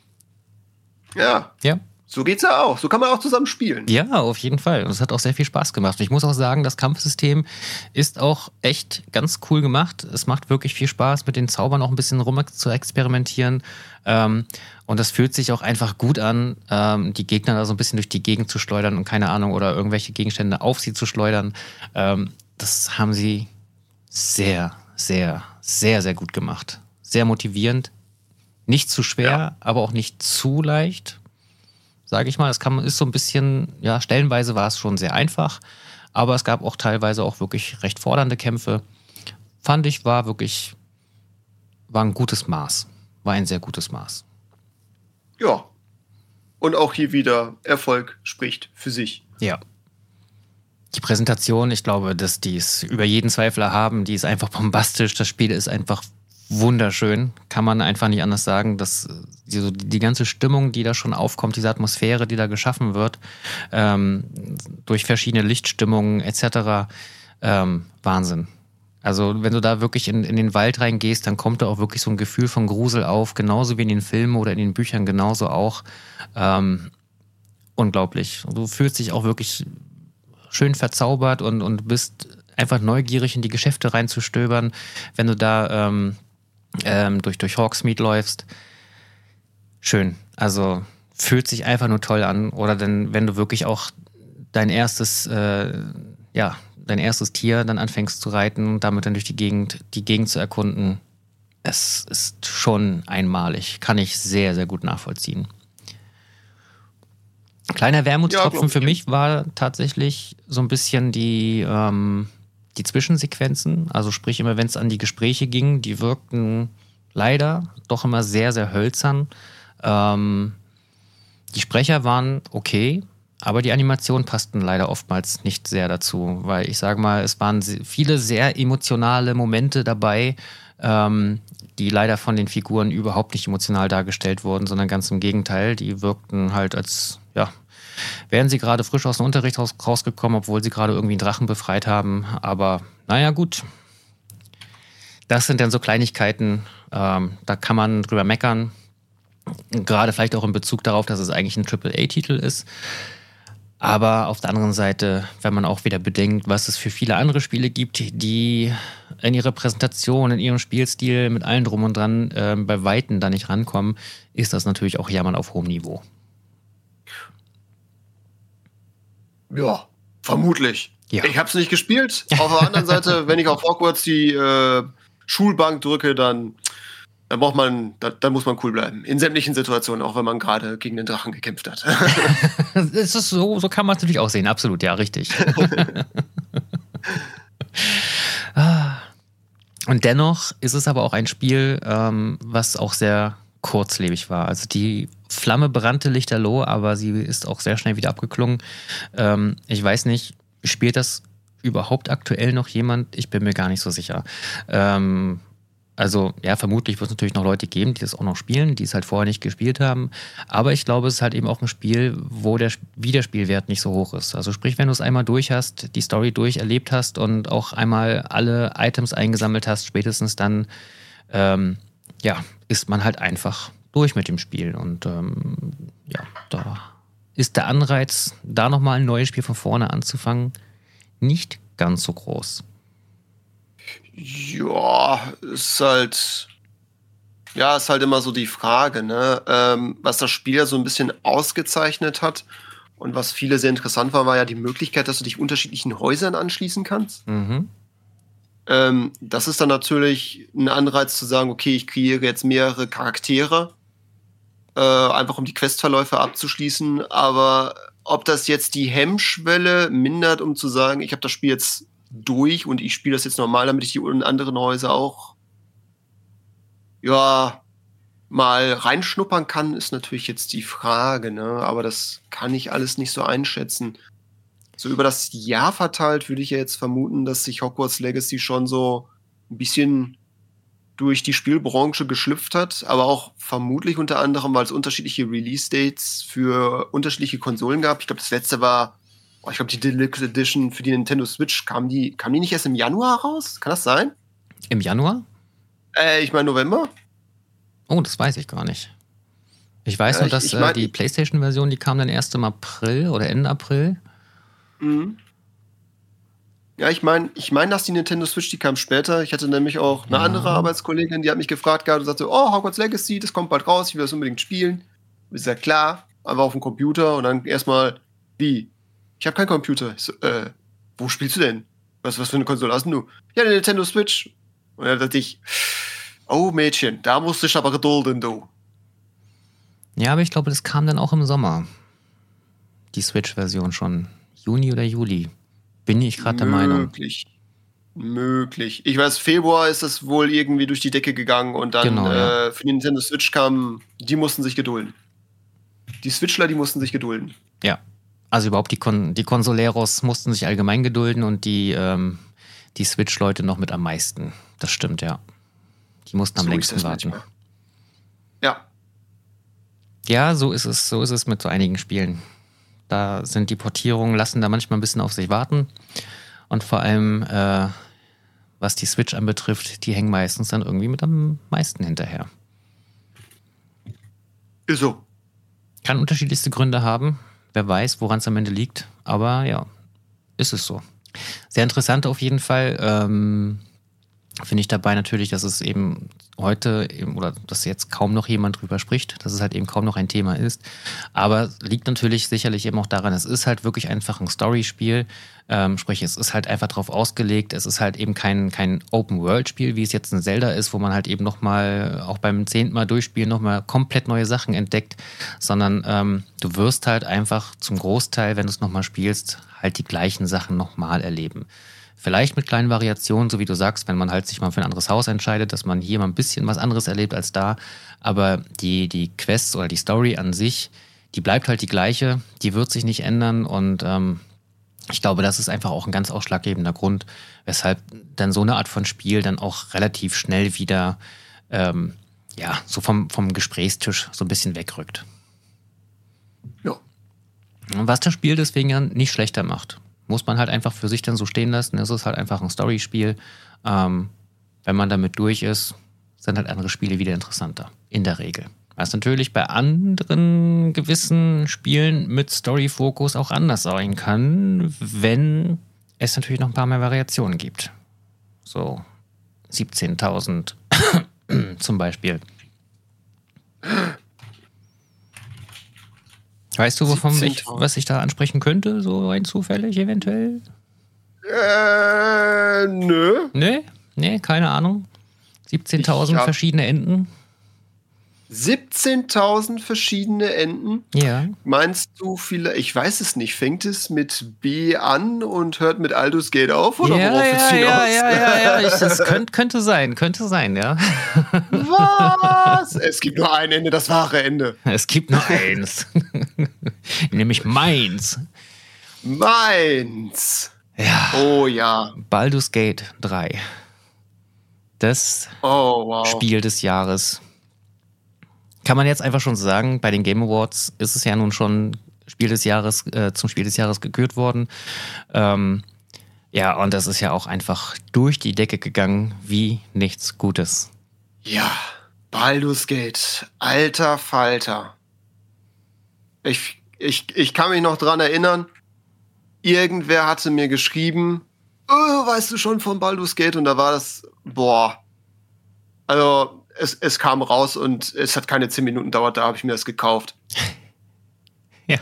Ja. Ja. So geht's ja auch. So kann man auch zusammen spielen. Ja, auf jeden Fall. Und es hat auch sehr viel Spaß gemacht. Und ich muss auch sagen, das Kampfsystem ist auch echt ganz cool gemacht. Es macht wirklich viel Spaß, mit den Zaubern auch ein bisschen rum zu experimentieren. Ähm, und das fühlt sich auch einfach gut an, ähm, die Gegner da so ein bisschen durch die Gegend zu schleudern und keine Ahnung, oder irgendwelche Gegenstände auf sie zu schleudern. Ähm, das haben sie sehr, sehr, sehr, sehr gut gemacht. Sehr motivierend. Nicht zu schwer, ja. aber auch nicht zu leicht. Sage ich mal, es kann, ist so ein bisschen, ja, stellenweise war es schon sehr einfach, aber es gab auch teilweise auch wirklich recht fordernde Kämpfe. Fand ich, war wirklich, war ein gutes Maß. War ein sehr gutes Maß. Ja. Und auch hier wieder Erfolg spricht für sich. Ja. Die Präsentation, ich glaube, dass die es über jeden Zweifel haben, die ist einfach bombastisch. Das Spiel ist einfach wunderschön, kann man einfach nicht anders sagen, dass die, die ganze Stimmung, die da schon aufkommt, diese Atmosphäre, die da geschaffen wird, ähm, durch verschiedene Lichtstimmungen et cetera, ähm, Wahnsinn. Also wenn du da wirklich in, in den Wald reingehst, dann kommt da auch wirklich so ein Gefühl von Grusel auf, genauso wie in den Filmen oder in den Büchern genauso auch. Ähm, unglaublich. Du fühlst dich auch wirklich schön verzaubert und, und bist einfach neugierig in die Geschäfte reinzustöbern, wenn du da ähm, Ähm, durch, durch Hogsmeade läufst. Schön. Also fühlt sich einfach nur toll an. Oder denn, wenn du wirklich auch dein erstes, äh, ja, dein erstes Tier dann anfängst zu reiten und damit dann durch die Gegend, die Gegend zu erkunden. Es ist schon einmalig. Kann ich sehr, sehr gut nachvollziehen. Kleiner Wermutstropfen ja, für mich war tatsächlich so ein bisschen die ähm, Die Zwischensequenzen, also sprich immer, wenn es an die Gespräche ging, die wirkten leider doch immer sehr, sehr hölzern. Ähm, die Sprecher waren okay, aber die Animationen passten leider oftmals nicht sehr dazu, weil ich sage mal, es waren viele sehr emotionale Momente dabei, ähm, die leider von den Figuren überhaupt nicht emotional dargestellt wurden, sondern ganz im Gegenteil, die wirkten halt als, ja, wären sie gerade frisch aus dem Unterricht raus, rausgekommen, obwohl sie gerade irgendwie einen Drachen befreit haben. Aber naja, gut. Das sind dann so Kleinigkeiten, ähm, da kann man drüber meckern. Gerade vielleicht auch in Bezug darauf, dass es eigentlich ein Triple A Titel ist. Aber auf der anderen Seite, wenn man auch wieder bedenkt, was es für viele andere Spiele gibt, die in ihrer Präsentation, in ihrem Spielstil mit allem drum und dran äh, bei Weitem da nicht rankommen, ist das natürlich auch Jammern auf hohem Niveau. Ja, vermutlich. Ja. Ich habe es nicht gespielt. Auf der anderen Seite, wenn ich auf Hogwarts die äh, Schulbank drücke, dann, dann braucht man, dann, dann muss man cool bleiben. In sämtlichen Situationen, auch wenn man gerade gegen den Drachen gekämpft hat. Es ist so, so kann man es natürlich auch sehen, absolut, ja, richtig. Und dennoch ist es aber auch ein Spiel, ähm, was auch sehr kurzlebig war. Also die Flamme brannte lichterloh, aber sie ist auch sehr schnell wieder abgeklungen. Ähm, ich weiß nicht, spielt das überhaupt aktuell noch jemand? Ich bin mir gar nicht so sicher. Ähm, also ja, vermutlich wird es natürlich noch Leute geben, die das auch noch spielen, die es halt vorher nicht gespielt haben. Aber ich glaube, es ist halt eben auch ein Spiel, wo der Wiederspielwert nicht so hoch ist. Also sprich, wenn du es einmal durch hast, die Story durcherlebt hast und auch einmal alle Items eingesammelt hast, spätestens dann ähm, ja, ist man halt einfach durch mit dem Spiel. Und ähm, ja, da ist der Anreiz, da nochmal ein neues Spiel von vorne anzufangen, nicht ganz so groß. Ja, ist halt. Ja, ist halt immer so die Frage, ne? Ähm, was das Spiel ja so ein bisschen ausgezeichnet hat und was viele sehr interessant war, war ja die Möglichkeit, dass du dich unterschiedlichen Häusern anschließen kannst. Mhm. Ähm, das ist dann natürlich ein Anreiz zu sagen, okay, ich kreiere jetzt mehrere Charaktere, äh, einfach um die Questverläufe abzuschließen. Aber ob das jetzt die Hemmschwelle mindert, um zu sagen, ich habe das Spiel jetzt durch und ich spiele das jetzt normal, damit ich die anderen Häuser auch ja mal reinschnuppern kann, ist natürlich jetzt die Frage, ne? Aber das kann ich alles nicht so einschätzen. So über das Jahr verteilt würde ich ja jetzt vermuten, dass sich Hogwarts Legacy schon so ein bisschen durch die Spielbranche geschlüpft hat, aber auch vermutlich unter anderem, weil es unterschiedliche Release-Dates für unterschiedliche Konsolen gab. Ich glaube, das letzte war, oh, ich glaube, die Deluxe Edition für die Nintendo Switch, kam die, kam die nicht erst im Januar raus? Kann das sein? Im Januar? Äh, ich meine November? Oh, das weiß ich gar nicht. Ich weiß Ja, nur, ich- dass ich äh, mein- die PlayStation-Version, die kam dann erst im April oder Ende April. Mhm. Ja, ich meine, ich mein, dass die Nintendo Switch, die kam später. Ich hatte nämlich auch eine Ja. andere Arbeitskollegin, die hat mich gefragt gehabt und sagte, oh, Hogwarts Legacy, das kommt bald raus, ich will das unbedingt spielen. Ist ja klar, einfach auf dem Computer und dann erstmal, wie? Ich habe keinen Computer. Ich so, äh, wo spielst du denn? Was, was für eine Konsole hast denn du? Ja, eine Nintendo Switch. Und dann dachte ich, oh Mädchen, da musst du dich aber gedulden, du. Ja, aber ich glaube, das kam dann auch im Sommer. Die Switch-Version schon. Juni oder Juli. Bin ich gerade der Meinung. Möglich. Möglich. Ich weiß, Februar ist das wohl irgendwie durch die Decke gegangen und dann Genau, ja. äh, für die Nintendo Switch kam, die mussten sich gedulden. Die Switchler, die mussten sich gedulden. Ja. Also überhaupt die, Kon die Consoleros mussten sich allgemein gedulden und die, ähm, die Switch-Leute noch mit am meisten. Das stimmt, ja. Die mussten am So ist längsten das warten. manchmal. Ja. Ja, so ist es, so ist es mit so einigen Spielen. Da sind die Portierungen, lassen da manchmal ein bisschen auf sich warten. Und vor allem, äh, was die Switch anbetrifft, die hängen meistens dann irgendwie mit am meisten hinterher. Ist so. Kann unterschiedlichste Gründe haben. Wer weiß, woran es am Ende liegt. Aber ja, ist es so. Sehr interessant auf jeden Fall. Ähm, finde ich dabei natürlich, dass es eben heute eben, oder dass jetzt kaum noch jemand drüber spricht, dass es halt eben kaum noch ein Thema ist. Aber liegt natürlich sicherlich eben auch daran, es ist halt wirklich einfach ein Storyspiel. Ähm, sprich, es ist halt einfach drauf ausgelegt. Es ist halt eben kein, kein Open-World-Spiel, wie es jetzt ein Zelda ist, wo man halt eben nochmal, auch beim zehnten Mal durchspielen, nochmal komplett neue Sachen entdeckt, sondern ähm, du wirst halt einfach zum Großteil, wenn du es nochmal spielst, halt die gleichen Sachen nochmal erleben. Vielleicht mit kleinen Variationen, so wie du sagst, wenn man halt sich mal für ein anderes Haus entscheidet, dass man hier mal ein bisschen was anderes erlebt als da. Aber die, die Quests oder die Story an sich, die bleibt halt die gleiche, die wird sich nicht ändern. Und ähm, ich glaube, das ist einfach auch ein ganz ausschlaggebender Grund, weshalb dann so eine Art von Spiel dann auch relativ schnell wieder ähm, ja, so vom, vom Gesprächstisch so ein bisschen wegrückt. Ja. Was das Spiel deswegen ja nicht schlechter macht. Muss man halt einfach für sich dann so stehen lassen. Es ist halt einfach ein Storyspiel. Ähm, wenn man damit durch ist, sind halt andere Spiele wieder interessanter. In der Regel. Was natürlich bei anderen gewissen Spielen mit Story-Fokus auch anders sein kann, wenn es natürlich noch ein paar mehr Variationen gibt. So siebzehntausend zum Beispiel. Weißt du, wovon ich, was ich da ansprechen könnte, so rein zufällig eventuell? Äh, nö. Nee? Nee, keine Ahnung. siebzehntausend hab- verschiedene Enden. siebzehntausend verschiedene Enden. Ja. Meinst du vielleicht, ich weiß es nicht, fängt es mit B an und hört mit Aldous Gate auf? Oder ja, worauf ja, es ja, hinaus? ja, ja, ja, ich, das könnt, könnte sein, könnte sein, ja. Was? Es gibt nur ein Ende, das wahre Ende. Es gibt nur eins. Nämlich meins. Meins. Ja. Oh ja. Baldur's Gate drei. Das Oh wow. Spiel des Jahres. Kann man jetzt einfach schon sagen, bei den Game Awards ist es ja nun schon Spiel des Jahres, äh, zum Spiel des Jahres gekürt worden. Ähm, ja, und das ist ja auch einfach durch die Decke gegangen wie nichts Gutes. Ja, Baldur's Gate. Alter Falter. Ich, ich, ich kann mich noch dran erinnern, irgendwer hatte mir geschrieben, oh, weißt du schon von Baldur's Gate? Und da war das, boah. Also, es, es kam raus und es hat keine zehn Minuten gedauert, da habe ich mir das gekauft. Ja.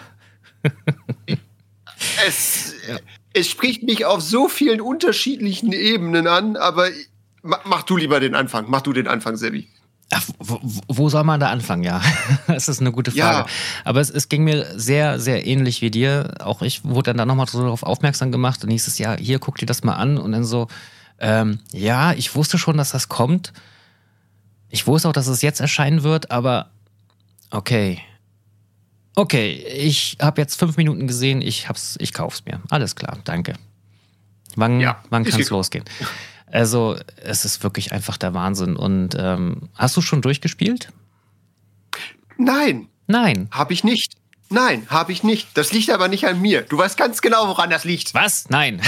Es, es spricht mich auf so vielen unterschiedlichen Ebenen an, aber mach, mach du lieber den Anfang. Mach du den Anfang, Sebi. Ach, wo, wo soll man da anfangen? Ja, das ist eine gute Frage. Ja. Aber es, es ging mir sehr, sehr ähnlich wie dir. Auch ich wurde dann da nochmal so darauf aufmerksam gemacht. Und hieß es, ja, hier, guck dir das mal an. Und dann so, ähm, ja, ich wusste schon, dass das kommt. Ich wusste auch, dass es jetzt erscheinen wird, aber okay. Okay, ich habe jetzt fünf Minuten gesehen, ich, hab's, ich kauf's mir. Alles klar, danke. Wann, Ja, wann ich kann's geh- losgehen? Also, es ist wirklich einfach der Wahnsinn. Und ähm, hast du schon durchgespielt? Nein, Nein. habe ich nicht. Nein, habe ich nicht. Das liegt aber nicht an mir. Du weißt ganz genau, woran das liegt. Was? Nein.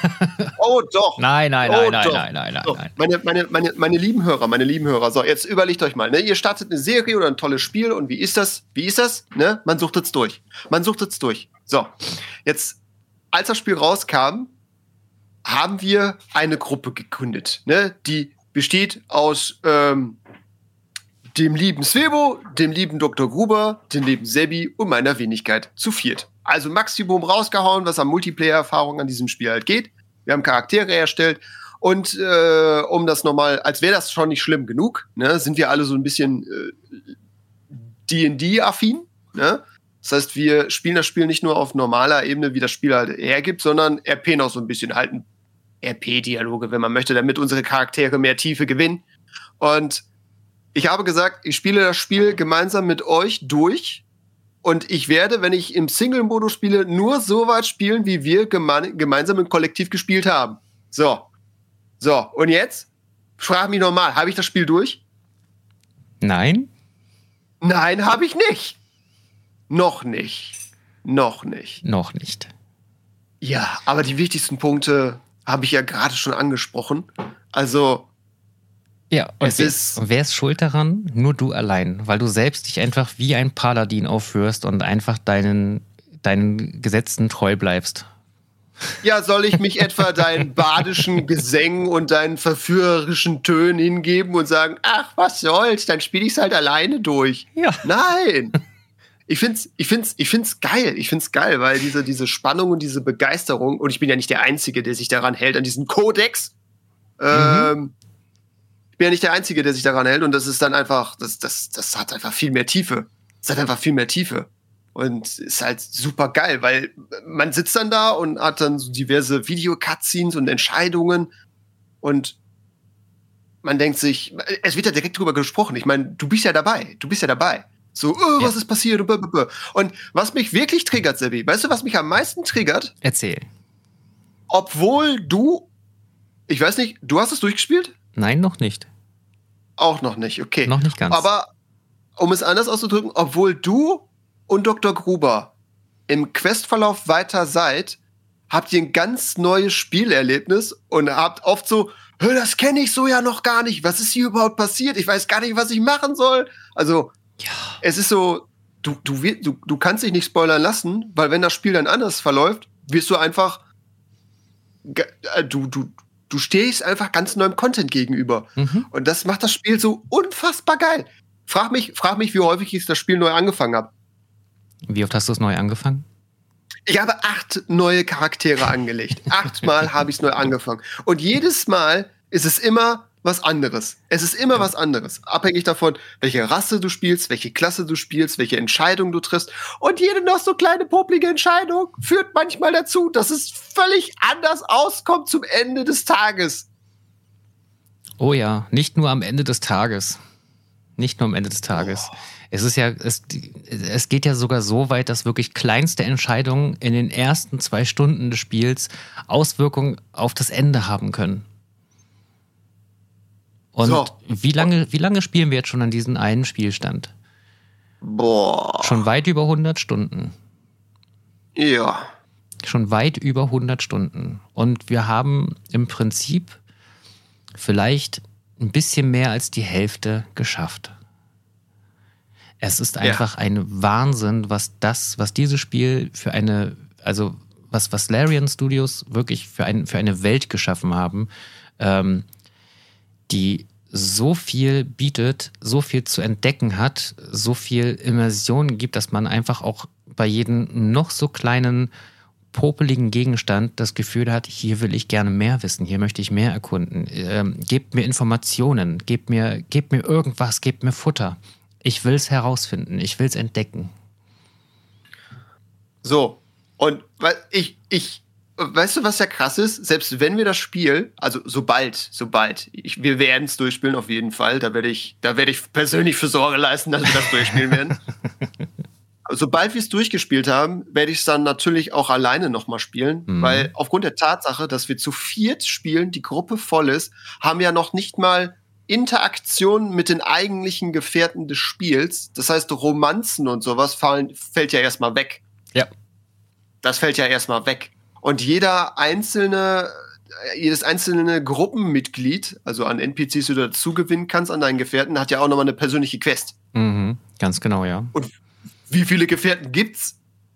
Oh doch. Nein, nein, Oh, nein, nein, doch. nein, nein, nein, So, nein. meine, meine, meine, meine lieben Hörer, meine lieben Hörer, so, jetzt überlegt euch mal, ne? Ihr startet eine Serie oder ein tolles Spiel und wie ist das? Wie ist das? Ne? Man sucht es durch. Man sucht es durch. So, jetzt, als das Spiel rauskam, haben wir eine Gruppe gegründet, ne? Die besteht aus ähm, dem lieben Svebo, dem lieben Doktor Gruber, dem lieben Sebi und meiner Wenigkeit zu viert. Also Maximum rausgehauen, was an Multiplayer-Erfahrung an diesem Spiel halt geht. Wir haben Charaktere erstellt und äh, um das nochmal, als wäre das schon nicht schlimm genug, ne, sind wir alle so ein bisschen äh, D und D-affin. Ne? Das heißt, wir spielen das Spiel nicht nur auf normaler Ebene, wie das Spiel halt hergibt, sondern R P noch so ein bisschen, halten R P-Dialoge, wenn man möchte, damit unsere Charaktere mehr Tiefe gewinnen. Und ich habe gesagt, ich spiele das Spiel gemeinsam mit euch durch. Und ich werde, wenn ich im Single-Modus spiele, nur so weit spielen, wie wir geme- gemeinsam im Kollektiv gespielt haben. So. So, und jetzt? Frag mich nochmal, habe ich das Spiel durch? Nein? Nein, habe ich nicht. Noch nicht. Noch nicht. Noch nicht. Ja, aber die wichtigsten Punkte habe ich ja gerade schon angesprochen. Also, Ja, und Es wer, ist- und wer ist schuld daran? Nur du allein, weil du selbst dich einfach wie ein Paladin aufführst und einfach deinen, deinen Gesetzen treu bleibst. ja, soll ich mich etwa deinen badischen Gesängen und deinen verführerischen Tönen hingeben und sagen, ach, was soll's, dann spiele ich's halt alleine durch. Ja. Nein! Ich find's, ich find's, ich find's geil. Ich find's geil, weil diese, diese Spannung und diese Begeisterung, und ich bin ja nicht der Einzige, der sich daran hält, an diesen Kodex. Ähm, ich bin ja nicht der Einzige, der sich daran hält, und das ist dann einfach, das, das, das hat einfach viel mehr Tiefe. Das hat einfach viel mehr Tiefe. Und ist halt super geil, weil man sitzt dann da und hat dann so diverse Video-Cutscenes und Entscheidungen und man denkt sich, es wird ja direkt drüber gesprochen. Ich meine, du bist ja dabei. Du bist ja dabei. So, oh, was Ja. ist passiert? Und blablabla. Und was mich wirklich triggert, Sebi, weißt du, was mich am meisten triggert? Erzähl. Obwohl du, ich weiß nicht, du hast es durchgespielt? Nein, noch nicht. Auch noch nicht, okay. Noch nicht ganz. Aber um es anders auszudrücken, obwohl du und Doktor Gruber im Questverlauf weiter seid, habt ihr ein ganz neues Spielerlebnis und habt oft so, das kenne ich so ja noch gar nicht. Was ist hier überhaupt passiert? Ich weiß gar nicht, was ich machen soll. Also, ja. Es ist so, du, du, du, du kannst dich nicht spoilern lassen, weil wenn das Spiel dann anders verläuft, wirst du einfach, du, du, du stehst einfach ganz neuem Content gegenüber. Mhm. Und das macht das Spiel so unfassbar geil. Frag mich, frag mich, wie häufig ich das Spiel neu angefangen habe. Wie oft hast du es neu angefangen? Ich habe acht neue Charaktere angelegt. Achtmal habe ich es neu angefangen. Und jedes Mal ist es immer was anderes. Es ist immer ja. was anderes. Abhängig davon, welche Rasse du spielst, welche Klasse du spielst, welche Entscheidung du triffst. Und jede noch so kleine poplige Entscheidung führt manchmal dazu, dass es völlig anders auskommt zum Ende des Tages. Oh ja, nicht nur am Ende des Tages. Nicht nur am Ende des Tages. Oh. Es ist ja, es, es geht ja sogar so weit, dass wirklich kleinste Entscheidungen in den ersten zwei Stunden des Spiels Auswirkungen auf das Ende haben können. Und so. wie lange, wie lange spielen wir jetzt schon an diesem einen Spielstand? Boah. Schon weit über hundert Stunden. Ja. Schon weit über hundert Stunden. Und wir haben im Prinzip vielleicht ein bisschen mehr als die Hälfte geschafft. Es ist einfach ja. ein Wahnsinn, was das, was dieses Spiel für eine, also was, was Larian Studios wirklich für, ein, für eine Welt geschaffen haben, ähm, die so viel bietet, so viel zu entdecken hat, so viel Immersion gibt, dass man einfach auch bei jedem noch so kleinen popeligen Gegenstand das Gefühl hat, hier will ich gerne mehr wissen, hier möchte ich mehr erkunden. Ähm, gebt mir Informationen, gebt mir, gebt mir irgendwas, gebt mir Futter. Ich will es herausfinden, ich will es entdecken. So, und ich, ich, weißt du, was ja krass ist? Selbst wenn wir das Spiel, also sobald, sobald, ich, wir werden es durchspielen auf jeden Fall, da werde ich, da werde ich persönlich für Sorge leisten, dass wir das durchspielen werden. Sobald wir es durchgespielt haben, werde ich es dann natürlich auch alleine nochmal spielen, mhm. weil aufgrund der Tatsache, dass wir zu viert spielen, die Gruppe voll ist, haben wir noch nicht mal Interaktion mit den eigentlichen Gefährten des Spiels. Das heißt, Romanzen und sowas fallen, fällt ja erstmal weg. Ja. Das fällt ja erstmal weg. Und jeder einzelne, jedes einzelne Gruppenmitglied, also an N P Cs, die du dazu gewinnen kannst, an deinen Gefährten, hat ja auch nochmal eine persönliche Quest. Mhm. Ganz genau, ja. Und wie viele Gefährten gibt's?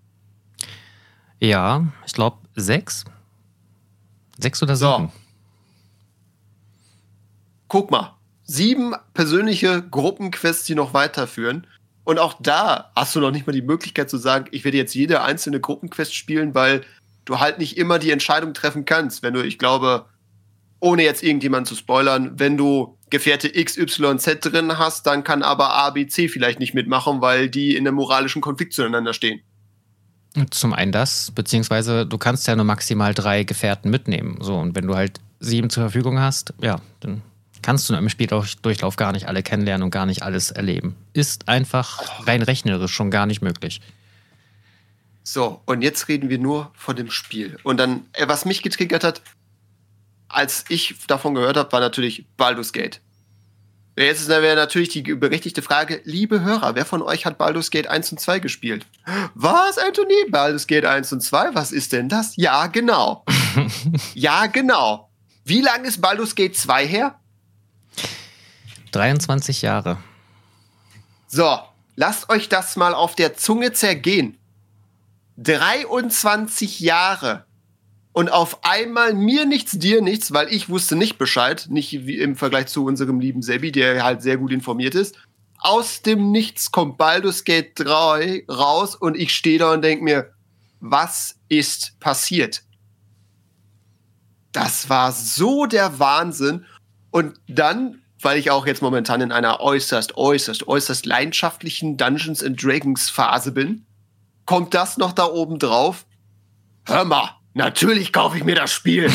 Ja, ich glaube sechs. Sechs oder sieben. So. Guck mal. Sieben persönliche Gruppenquests, die noch weiterführen. Und auch da hast du noch nicht mal die Möglichkeit zu sagen, ich werde jetzt jede einzelne Gruppenquest spielen, weil du halt nicht immer die Entscheidung treffen kannst. Wenn du, ich glaube, ohne jetzt irgendjemanden zu spoilern, wenn du Gefährte X, Y, Z drin hast, dann kann aber A, B, C vielleicht nicht mitmachen, weil die in einem moralischen Konflikt zueinander stehen. Zum einen das, beziehungsweise du kannst ja nur maximal drei Gefährten mitnehmen. So, und wenn du halt sieben zur Verfügung hast, ja, dann kannst du im Spieldurchlauf gar nicht alle kennenlernen und gar nicht alles erleben. Ist einfach rein rechnerisch schon gar nicht möglich. So, und jetzt reden wir nur von dem Spiel. Und dann, was mich getriggert hat, als ich davon gehört habe, war natürlich Baldur's Gate. Jetzt wäre natürlich die berechtigte Frage, liebe Hörer, wer von euch hat Baldur's Gate eins und zwei gespielt? Was, Anthony? Baldur's Gate eins und zwei? Was ist denn das? Ja, genau. ja, genau. Wie lange ist Baldur's Gate zwei her? dreiundzwanzig Jahre. So, lasst euch das mal auf der Zunge zergehen. dreiundzwanzig Jahre. Und auf einmal mir nichts, dir nichts, weil ich wusste nicht Bescheid, nicht wie im Vergleich zu unserem lieben Sebi, der halt sehr gut informiert ist. Aus dem Nichts kommt Baldur's Gate drei raus und ich stehe da und denke mir, was ist passiert? Das war so der Wahnsinn. Und dann, weil ich auch jetzt momentan in einer äußerst, äußerst, äußerst leidenschaftlichen Dungeons and Dragons Phase bin, kommt das noch da oben drauf. Hör mal, natürlich kaufe ich mir das Spiel.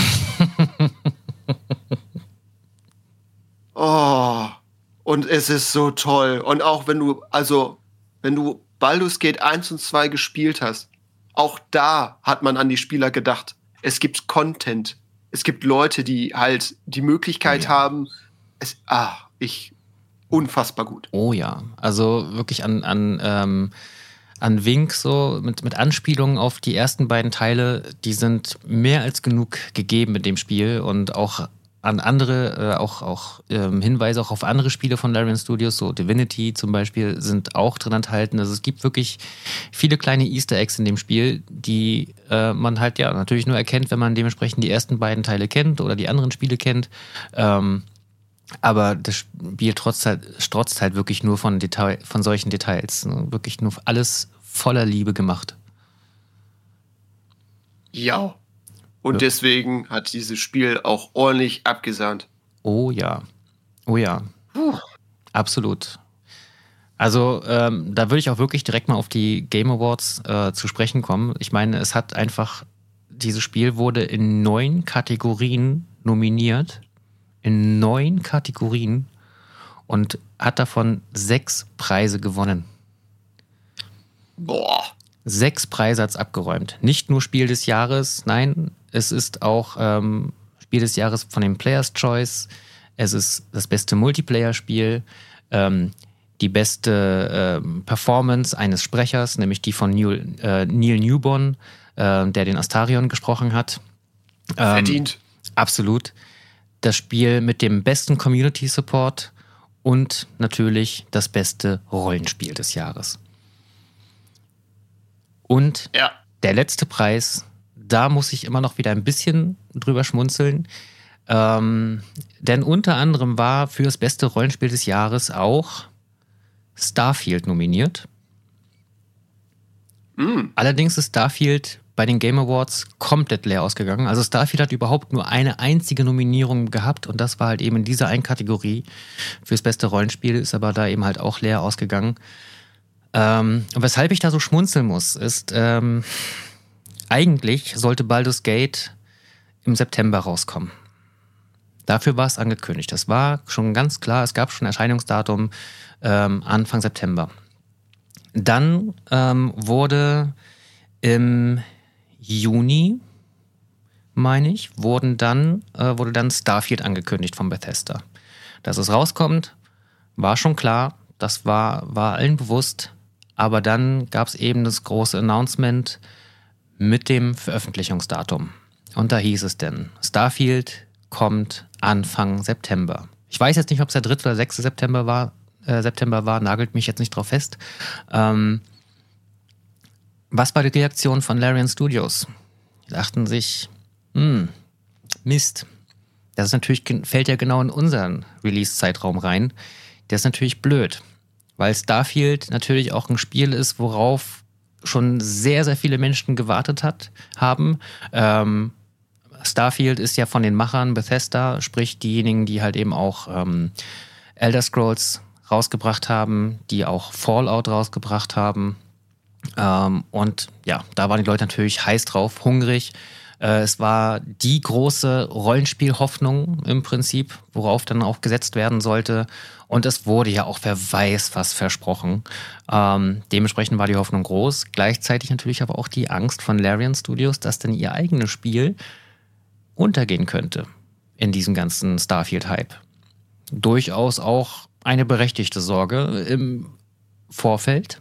Oh, und es ist so toll. Und auch wenn du, also, wenn du Baldur's Gate eins und zwei gespielt hast, auch da hat man an die Spieler gedacht. Es gibt Content. Es gibt Leute, die halt die Möglichkeit ja. haben. Es, ah, ich, unfassbar gut. Oh ja, also wirklich an, an, ähm, an Wink, so mit, mit Anspielungen auf die ersten beiden Teile, die sind mehr als genug gegeben mit dem Spiel und auch an andere, äh, auch, auch ähm, Hinweise auch auf andere Spiele von Larian Studios, so Divinity zum Beispiel, sind auch drin enthalten. Also es gibt wirklich viele kleine Easter Eggs in dem Spiel, die äh, man halt ja natürlich nur erkennt, wenn man dementsprechend die ersten beiden Teile kennt oder die anderen Spiele kennt. Ähm, aber das Spiel trotzt halt, strotzt halt wirklich nur von, Detail, von solchen Details. Wirklich nur alles voller Liebe gemacht. Ja. Und deswegen hat dieses Spiel auch ordentlich abgesahnt. Oh ja. Oh ja. Puh. Absolut. Also ähm, da würde ich auch wirklich direkt mal auf die Game Awards äh, zu sprechen kommen. Ich meine, es hat einfach, dieses Spiel wurde in neun Kategorien nominiert. In neun Kategorien. Und hat davon sechs Preise gewonnen. Boah. Sechs Preise hat es abgeräumt. Nicht nur Spiel des Jahres, nein, es ist auch ähm, Spiel des Jahres von den Players' Choice. Es ist das beste Multiplayer-Spiel, ähm, die beste ähm, Performance eines Sprechers, nämlich die von Neil, äh, Neil Newbon, äh, der den Astarion gesprochen hat. Ähm, Verdient. Absolut. Das Spiel mit dem besten Community-Support und natürlich das beste Rollenspiel des Jahres. Und ja. Der letzte Preis, da muss ich immer noch wieder ein bisschen drüber schmunzeln. Ähm, denn unter anderem war für das beste Rollenspiel des Jahres auch Starfield nominiert. Mm. Allerdings ist Starfield bei den Game Awards komplett leer ausgegangen. Also Starfield hat überhaupt nur eine einzige Nominierung gehabt und das war halt eben in dieser einen Kategorie fürs beste Rollenspiel, ist aber da eben halt auch leer ausgegangen. Ähm, und weshalb ich da so schmunzeln muss, ist, ähm, eigentlich sollte Baldur's Gate im September rauskommen. Dafür war es angekündigt. Das war schon ganz klar, es gab schon ein Erscheinungsdatum ähm, Anfang September. Dann ähm, wurde im Juni, meine ich, wurden dann, äh, wurde dann Starfield angekündigt von Bethesda. Dass es rauskommt, war schon klar, das war, war allen bewusst. Aber dann gab es eben das große Announcement mit dem Veröffentlichungsdatum. Und da hieß es denn, Starfield kommt Anfang September. Ich weiß jetzt nicht, ob es der dritte oder sechste September war, äh, September war, nagelt mich jetzt nicht drauf fest. Ähm, was war die Reaktion von Larian Studios? Die dachten sich, hm, Mist. Das ist natürlich, fällt ja genau in unseren Release-Zeitraum rein. Das ist natürlich blöd. Weil Starfield natürlich auch ein Spiel ist, worauf schon sehr, sehr viele Menschen gewartet hat, haben. Ähm, Starfield ist ja von den Machern Bethesda, sprich diejenigen, die halt eben auch ähm, Elder Scrolls rausgebracht haben, die auch Fallout rausgebracht haben. Ähm, und ja, da waren die Leute natürlich heiß drauf, hungrig. Äh, es war die große Rollenspielhoffnung im Prinzip, worauf dann auch gesetzt werden sollte. Und es wurde ja auch, wer weiß, was versprochen. Ähm, dementsprechend war die Hoffnung groß. Gleichzeitig natürlich aber auch die Angst von Larian Studios, dass dann ihr eigenes Spiel untergehen könnte in diesem ganzen Starfield-Hype. Durchaus auch eine berechtigte Sorge im Vorfeld.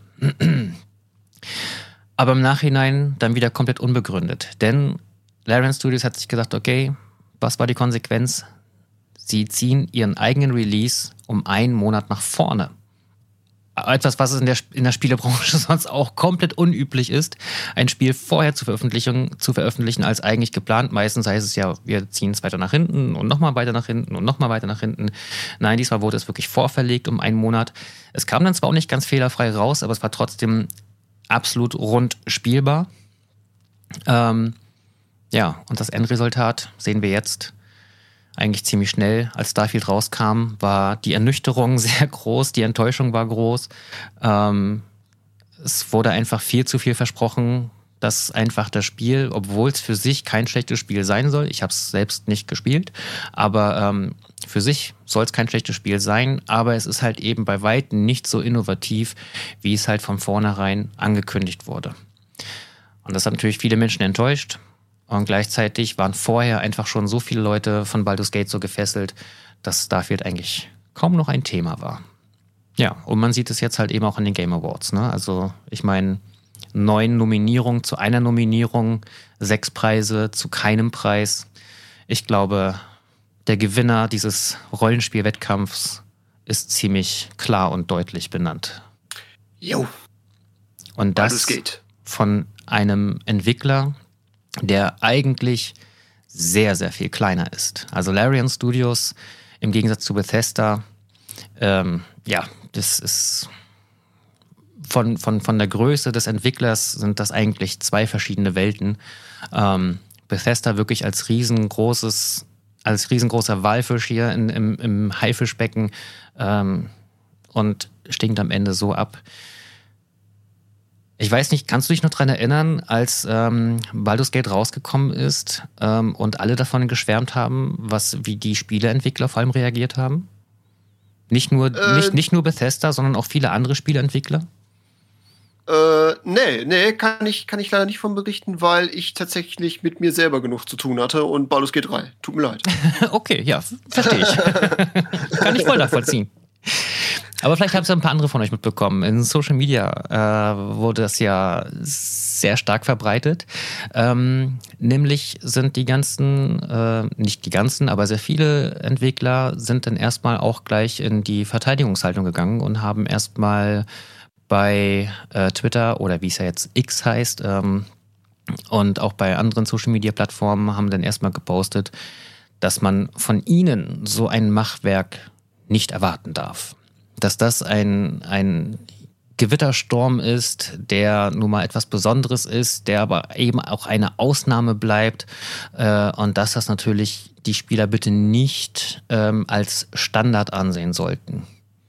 Aber im Nachhinein dann wieder komplett unbegründet. Denn Larian Studios hat sich gesagt, okay, was war die Konsequenz? Sie ziehen ihren eigenen Release um einen Monat nach vorne. Etwas, was in der, in der Spielebranche sonst auch komplett unüblich ist, ein Spiel vorher zu veröffentlichen, zu veröffentlichen als eigentlich geplant. Meistens heißt es ja, wir ziehen es weiter nach hinten und nochmal weiter nach hinten und nochmal weiter nach hinten. Nein, diesmal wurde es wirklich vorverlegt um einen Monat. Es kam dann zwar auch nicht ganz fehlerfrei raus, aber es war trotzdem absolut rund spielbar. Ähm, ja, und das Endresultat sehen wir jetzt. Eigentlich ziemlich schnell, als Starfield rauskam, war die Ernüchterung sehr groß, die Enttäuschung war groß. Ähm, es wurde einfach viel zu viel versprochen, dass einfach das Spiel, obwohl es für sich kein schlechtes Spiel sein soll, ich habe es selbst nicht gespielt, aber ähm, für sich soll es kein schlechtes Spiel sein, aber es ist halt eben bei Weitem nicht so innovativ, wie es halt von vornherein angekündigt wurde. Und das hat natürlich viele Menschen enttäuscht. Und gleichzeitig waren vorher einfach schon so viele Leute von Baldur's Gate so gefesselt, dass Starfield eigentlich kaum noch ein Thema war. Ja, und man sieht es jetzt halt eben auch in den Game Awards. Ne? Also ich meine, neun Nominierungen zu einer Nominierung, sechs Preise zu keinem Preis. Ich glaube, der Gewinner dieses Rollenspielwettkampfs ist ziemlich klar und deutlich benannt. Jo. Und das von einem Entwickler, der eigentlich sehr, sehr viel kleiner ist. Also Larian Studios im Gegensatz zu Bethesda, ähm, ja, das ist von, von, von der Größe des Entwicklers sind das eigentlich zwei verschiedene Welten. Ähm, Bethesda wirklich als riesengroßes, als riesengroßer Walfisch hier in, im, im Haifischbecken ähm, und stinkt am Ende so ab. Ich weiß nicht, kannst du dich noch daran erinnern, als ähm, Baldur's Gate rausgekommen ist ähm, und alle davon geschwärmt haben, was, wie die Spieleentwickler vor allem reagiert haben? Nicht nur, äh, nicht, nicht nur Bethesda, sondern auch viele andere Spieleentwickler? Äh, nee, nee, kann ich, kann ich leider nicht von berichten, weil ich tatsächlich mit mir selber genug zu tun hatte und Baldur's Gate drei. Tut mir leid. Okay, ja, verstehe ich. Kann ich voll nachvollziehen. Aber vielleicht haben es ja ein paar andere von euch mitbekommen. In Social Media äh, wurde das ja sehr stark verbreitet. Ähm, nämlich sind die ganzen, äh, nicht die ganzen, aber sehr viele Entwickler sind dann erstmal auch gleich in die Verteidigungshaltung gegangen und haben erstmal bei äh, Twitter oder wie es ja jetzt X heißt ähm, und auch bei anderen Social Media Plattformen haben dann erstmal gepostet, dass man von ihnen so ein Machwerk nicht erwarten darf. Dass das ein, ein Gewittersturm ist, der nun mal etwas Besonderes ist, der aber eben auch eine Ausnahme bleibt äh, und dass das natürlich die Spieler bitte nicht ähm, als Standard ansehen sollten.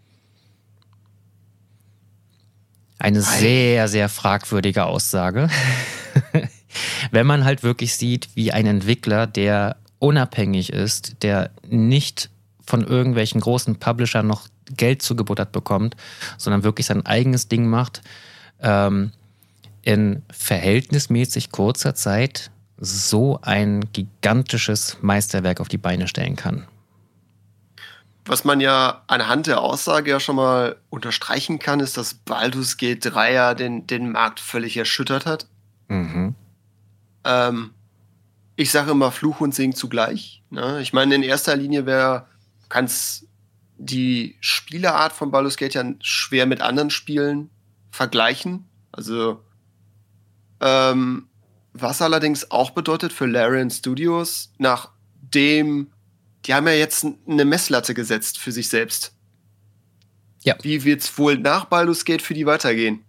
Eine sehr, sehr fragwürdige Aussage. Wenn man halt wirklich sieht, wie ein Entwickler, der unabhängig ist, der nicht von irgendwelchen großen Publishern noch Geld zugebuttert bekommt, sondern wirklich sein eigenes Ding macht, ähm, in verhältnismäßig kurzer Zeit so ein gigantisches Meisterwerk auf die Beine stellen kann. Was man ja anhand der Aussage ja schon mal unterstreichen kann, ist, dass Baldur's Gate drei ja den, den Markt völlig erschüttert hat. Mhm. Ähm, ich sage immer Fluch und Segen zugleich. Ne? Ich meine, in erster Linie wäre, kann's die Spieleart von Baldur's Gate ja schwer mit anderen Spielen vergleichen. Also, ähm, was allerdings auch bedeutet für Larian Studios, nachdem, die haben ja jetzt eine Messlatte gesetzt für sich selbst. Ja. Wie wird's wohl nach Baldur's Gate für die weitergehen?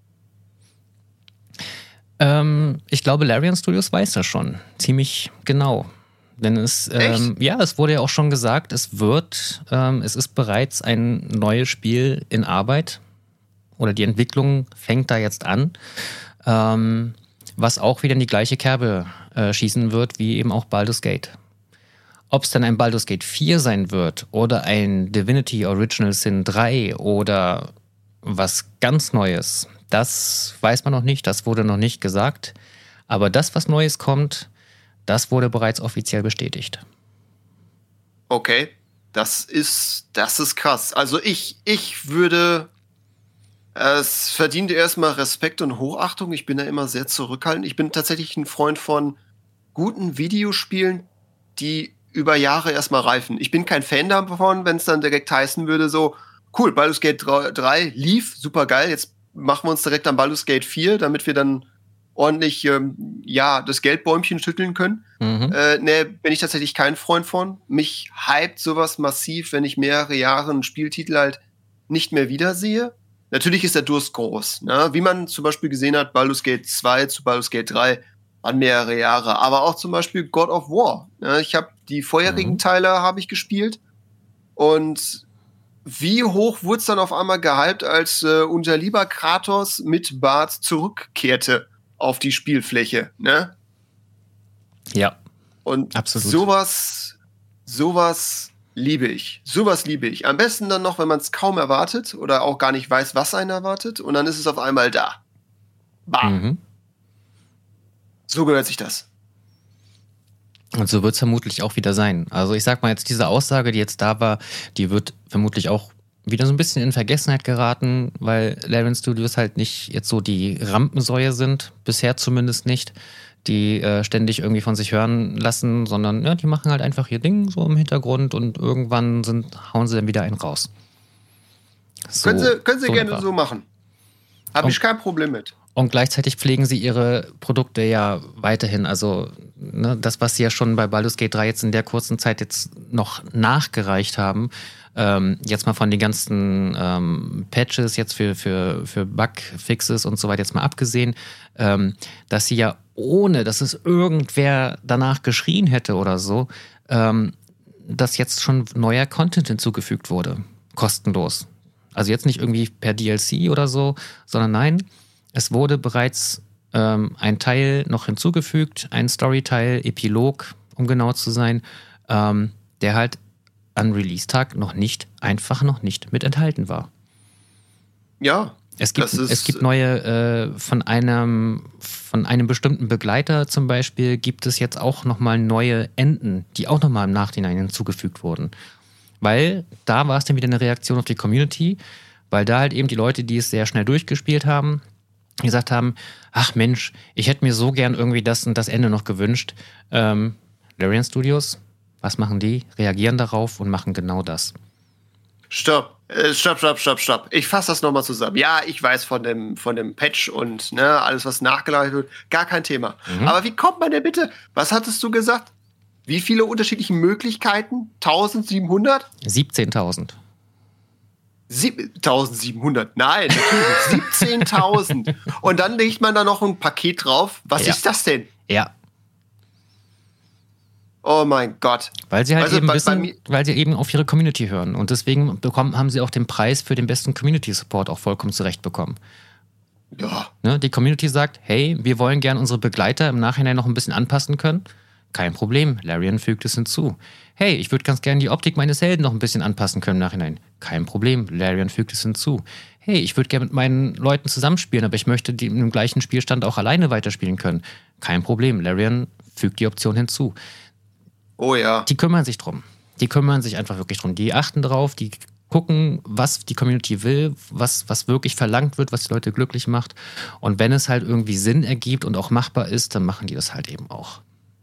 Ähm, ich glaube, Larian Studios weiß das schon ziemlich genau. Denn es, ähm, ja, es wurde ja auch schon gesagt, es wird, ähm, es ist bereits ein neues Spiel in Arbeit oder die Entwicklung fängt da jetzt an, ähm, was auch wieder in die gleiche Kerbe äh, schießen wird wie eben auch Baldur's Gate. Ob es dann ein Baldur's Gate vier sein wird oder ein Divinity Original Sin drei oder was ganz Neues, das weiß man noch nicht, das wurde noch nicht gesagt. Aber das, was Neues kommt, das wurde bereits offiziell bestätigt. Okay, das ist, das ist krass. Also ich, ich würde, es verdient erstmal Respekt und Hochachtung. Ich bin da immer sehr zurückhaltend. Ich bin tatsächlich ein Freund von guten Videospielen, die über Jahre erstmal reifen. Ich bin kein Fan davon, wenn es dann direkt heißen würde, so, cool, Baldur's Gate drei lief, super geil, jetzt machen wir uns direkt an Baldur's Gate vier, damit wir dann ordentlich ähm, ja, das Geldbäumchen schütteln können. Mhm. Äh, ne, bin ich tatsächlich kein Freund von. Mich hypt sowas massiv, wenn ich mehrere Jahre einen Spieltitel halt nicht mehr wiedersehe. Natürlich ist der Durst groß. Ne? Wie man zum Beispiel gesehen hat, Baldur's Gate zwei zu Baldur's Gate drei waren mehrere Jahre. Aber auch zum Beispiel God of War. Ne? Ich habe die vorherigen mhm. Teile habe ich gespielt. Und wie hoch wurde es dann auf einmal gehypt, als äh, unser lieber Kratos mit Bart zurückkehrte auf die Spielfläche, ne? Ja. Und absolut. sowas, sowas liebe ich. Sowas liebe ich. Am besten dann noch, wenn man es kaum erwartet oder auch gar nicht weiß, was einen erwartet, und dann ist es auf einmal da. Bam. Mhm. So gehört sich das. Und so wird es vermutlich auch wieder sein. Also ich sag mal jetzt, diese Aussage, die jetzt da war, die wird vermutlich auch wieder so ein bisschen in Vergessenheit geraten, weil Larian Studios halt nicht jetzt so die Rampensäue sind, bisher zumindest nicht, die äh, ständig irgendwie von sich hören lassen, sondern ja, die machen halt einfach ihr Ding so im Hintergrund und irgendwann sind, hauen sie dann wieder einen raus. So, können Sie, können Sie so gerne etwa. so machen. Habe ich kein Problem mit. Und gleichzeitig pflegen sie ihre Produkte ja weiterhin. Also ne, das, was sie ja schon bei Baldur's Gate drei jetzt in der kurzen Zeit jetzt noch nachgereicht haben, ähm, jetzt mal von den ganzen ähm, Patches jetzt für, für, für Bugfixes und so weiter jetzt mal abgesehen, ähm, dass sie ja ohne, dass es irgendwer danach geschrien hätte oder so, ähm, dass jetzt schon neuer Content hinzugefügt wurde. Kostenlos. Also jetzt nicht irgendwie per D L C oder so, sondern nein, es wurde bereits ähm, ein Teil noch hinzugefügt, ein Storyteil, Epilog, um genau zu sein, ähm, der halt an Release-Tag noch nicht, einfach noch nicht mit enthalten war. Ja. Es gibt, das ist, es gibt neue, äh, von einem, von einem bestimmten Begleiter zum Beispiel, gibt es jetzt auch nochmal neue Enden, die auch nochmal im Nachhinein hinzugefügt wurden. Weil da war es dann wieder eine Reaktion auf die Community, weil da halt eben die Leute, die es sehr schnell durchgespielt haben, gesagt haben, ach Mensch, ich hätte mir so gern irgendwie das und das Ende noch gewünscht. Ähm, Larian Studios, was machen die? Reagieren darauf und machen genau das. Stopp, äh, stopp, stopp, stopp, stopp. Ich fasse das nochmal zusammen. Ja, ich weiß von dem, von dem Patch und ne, alles, was nachgelagert wird, gar kein Thema. Mhm. Aber wie kommt man denn bitte? Was hattest du gesagt? Wie viele unterschiedliche Möglichkeiten? eintausendsiebenhundert? siebzehntausend. eintausendsiebenhundert, nein, natürlich siebzehntausend. Und dann legt man da noch ein Paket drauf. Was Ja. ist das denn? Ja. Oh mein Gott. Weil sie halt Also eben bei- wissen, bei mir- weil sie eben auf ihre Community hören. Und deswegen bekommen, haben sie auch den Preis für den besten Community-Support auch vollkommen zurecht bekommen. Ja, Ne? Die Community sagt, hey, wir wollen gern unsere Begleiter im Nachhinein noch ein bisschen anpassen können. Kein Problem, Larian fügt es hinzu. Hey, ich würde ganz gerne die Optik meines Helden noch ein bisschen anpassen können im Nachhinein. Kein Problem, Larian fügt es hinzu. Hey, ich würde gerne mit meinen Leuten zusammenspielen, aber ich möchte die im gleichen Spielstand auch alleine weiterspielen können. Kein Problem, Larian fügt die Option hinzu. oh ja. Die kümmern sich drum. Die kümmern sich einfach wirklich drum. Die achten drauf, die gucken, was die Community will, was, was wirklich verlangt wird, was die Leute glücklich macht. Und wenn es halt irgendwie Sinn ergibt und auch machbar ist, dann machen die das halt eben auch.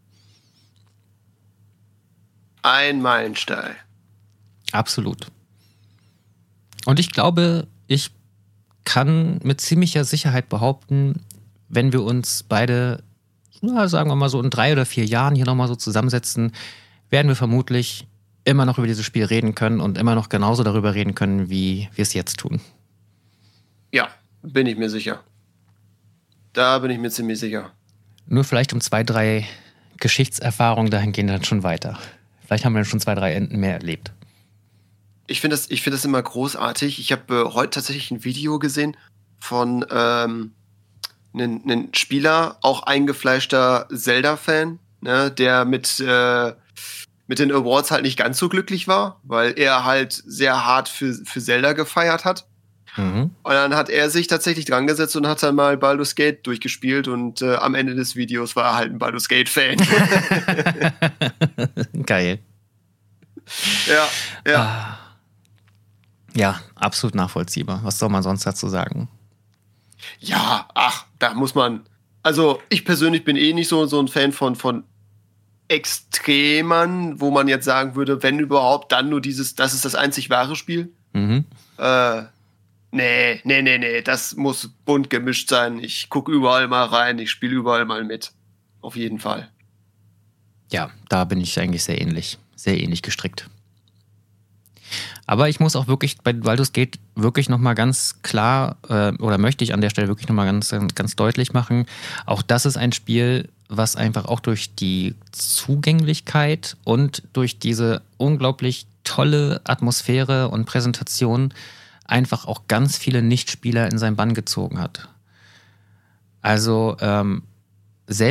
Ein Meilenstein. Absolut. Und ich glaube, ich kann mit ziemlicher Sicherheit behaupten, wenn wir uns beide, na, sagen wir mal so in drei oder vier Jahren hier nochmal so zusammensetzen, werden wir vermutlich immer noch über dieses Spiel reden können und immer noch genauso darüber reden können, wie wir es jetzt tun. Ja, bin ich mir sicher. Da bin ich mir ziemlich sicher. Nur vielleicht um zwei, drei Geschichtserfahrungen dahin gehen dann schon weiter. Vielleicht haben wir schon zwei, drei Enden mehr erlebt. Ich finde das, ich find das immer großartig. Ich habe äh, heute tatsächlich ein Video gesehen von ähm, einem, einem Spieler, auch eingefleischter Zelda-Fan, ne, der mit, äh, mit den Awards halt nicht ganz so glücklich war, weil er halt sehr hart für, für Zelda gefeiert hat. Mhm. Und dann hat er sich tatsächlich dran gesetzt und hat dann mal Baldur's Gate durchgespielt und äh, am Ende des Videos war er halt ein Baldur's Gate-Fan. Geil. ja, ja. Ah. Ja, absolut nachvollziehbar. Was soll man sonst dazu sagen? Ja, ach, da muss man. Also, ich persönlich bin eh nicht so, so ein Fan von, von Extremern, wo man jetzt sagen würde, wenn überhaupt, dann nur dieses, das ist das einzig wahre Spiel. Mhm. Äh, nee, nee, nee, nee, das muss bunt gemischt sein. Ich gucke überall mal rein, ich spiele überall mal mit. Auf jeden Fall. Ja, da bin ich eigentlich sehr ähnlich. Sehr ähnlich gestrickt. Aber ich muss auch wirklich bei Baldur's Gate wirklich nochmal ganz klar, äh, oder möchte ich an der Stelle wirklich nochmal ganz, ganz deutlich machen, auch das ist ein Spiel, was einfach auch durch die Zugänglichkeit und durch diese unglaublich tolle Atmosphäre und Präsentation einfach auch ganz viele Nichtspieler in seinen Bann gezogen hat. Also ähm, selbst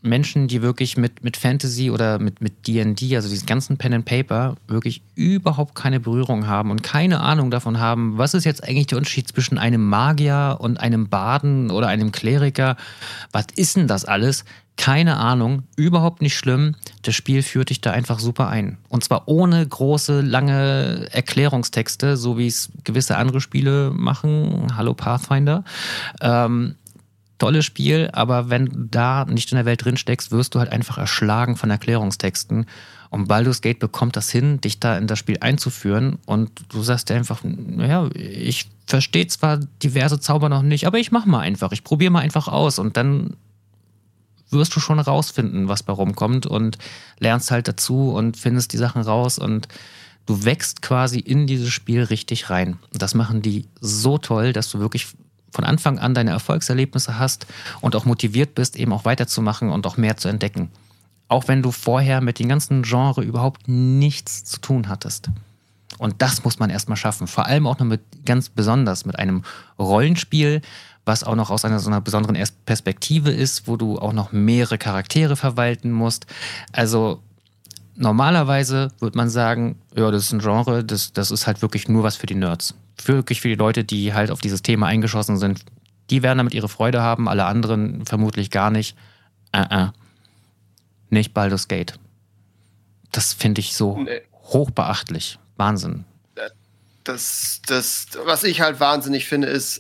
Menschen, die wirklich mit, mit Fantasy oder mit, mit D und D, also diesen ganzen Pen and Paper, wirklich überhaupt keine Berührung haben und keine Ahnung davon haben, was ist jetzt eigentlich der Unterschied zwischen einem Magier und einem Barden oder einem Kleriker? Was ist denn das alles? Keine Ahnung, überhaupt nicht schlimm. Das Spiel führt dich da einfach super ein. Und zwar ohne große, lange Erklärungstexte, so wie es gewisse andere Spiele machen. Hallo Pathfinder. Ähm, Tolles Spiel, aber wenn du da nicht in der Welt drin steckst, wirst du halt einfach erschlagen von Erklärungstexten. Und Baldur's Gate bekommt das hin, dich da in das Spiel einzuführen. Und du sagst dir einfach, naja, ich verstehe zwar diverse Zauber noch nicht, aber ich mach mal einfach. Ich probiere mal einfach aus. Und dann wirst du schon rausfinden, was bei rumkommt und lernst halt dazu und findest die Sachen raus und du wächst quasi in dieses Spiel richtig rein. Und das machen die so toll, dass du wirklich von Anfang an deine Erfolgserlebnisse hast und auch motiviert bist, eben auch weiterzumachen und auch mehr zu entdecken. Auch wenn du vorher mit dem ganzen Genre überhaupt nichts zu tun hattest. Und das muss man erstmal schaffen. Vor allem auch noch mit, ganz besonders mit einem Rollenspiel, was auch noch aus einer so einer besonderen Perspektive ist, wo du auch noch mehrere Charaktere verwalten musst. Also normalerweise würde man sagen, ja, das ist ein Genre, das, das ist halt wirklich nur was für die Nerds. Wirklich für die Leute, die halt auf dieses Thema eingeschossen sind. Die werden damit ihre Freude haben, alle anderen vermutlich gar nicht. Uh-uh. Nicht Baldur's Gate. Das finde ich so nee. hochbeachtlich. Wahnsinn. Das, das, was ich halt wahnsinnig finde, ist,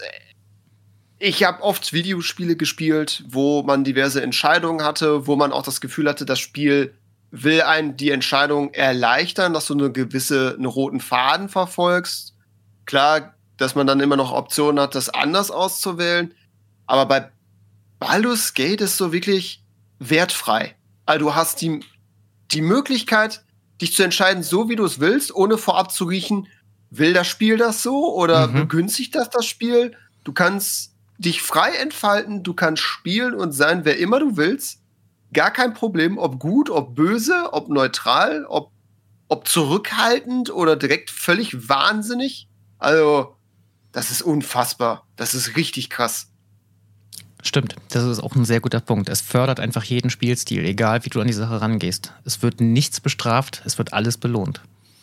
ich habe oft Videospiele gespielt, wo man diverse Entscheidungen hatte, wo man auch das Gefühl hatte, das Spiel will einen die Entscheidung erleichtern, dass du eine gewisse, einen roten Faden verfolgst. Klar, dass man dann immer noch Optionen hat, das anders auszuwählen. Aber bei Baldur's Gate ist so wirklich wertfrei. Also du hast die, die Möglichkeit, dich zu entscheiden, so wie du es willst, ohne vorab zu riechen, will das Spiel das so oder mhm. begünstigt das das Spiel? Du kannst dich frei entfalten, du kannst spielen und sein, wer immer du willst. Gar kein Problem, ob gut, ob böse, ob neutral, ob, ob zurückhaltend oder direkt völlig wahnsinnig. Also, das ist unfassbar. Das ist richtig krass. Stimmt, das ist auch ein sehr guter Punkt. Es fördert einfach jeden Spielstil, egal wie du an die Sache rangehst. Es wird nichts bestraft, es wird alles belohnt.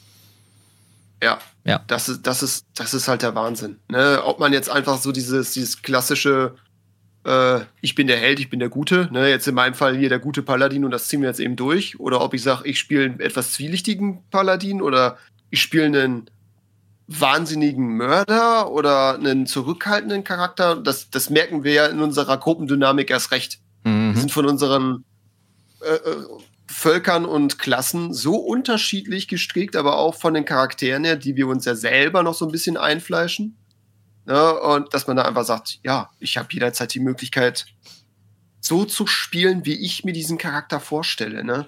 Ja, ja. Das ist, das ist, das ist halt der Wahnsinn. Ne? Ob man jetzt einfach so dieses, dieses klassische äh, ich bin der Held, ich bin der Gute, ne? Jetzt in meinem Fall hier der gute Paladin und das ziehen wir jetzt eben durch. Oder ob ich sage, ich spiele einen etwas zwielichtigen Paladin oder ich spiele einen wahnsinnigen Mörder oder einen zurückhaltenden Charakter. Das, das merken wir ja in unserer Gruppendynamik erst recht. Mhm. Wir sind von unseren äh, Völkern und Klassen so unterschiedlich gestrickt, aber auch von den Charakteren her, die wir uns ja selber noch so ein bisschen einfleischen. Ja, und dass man da einfach sagt, ja, ich habe jederzeit die Möglichkeit, so zu spielen, wie ich mir diesen Charakter vorstelle, ne?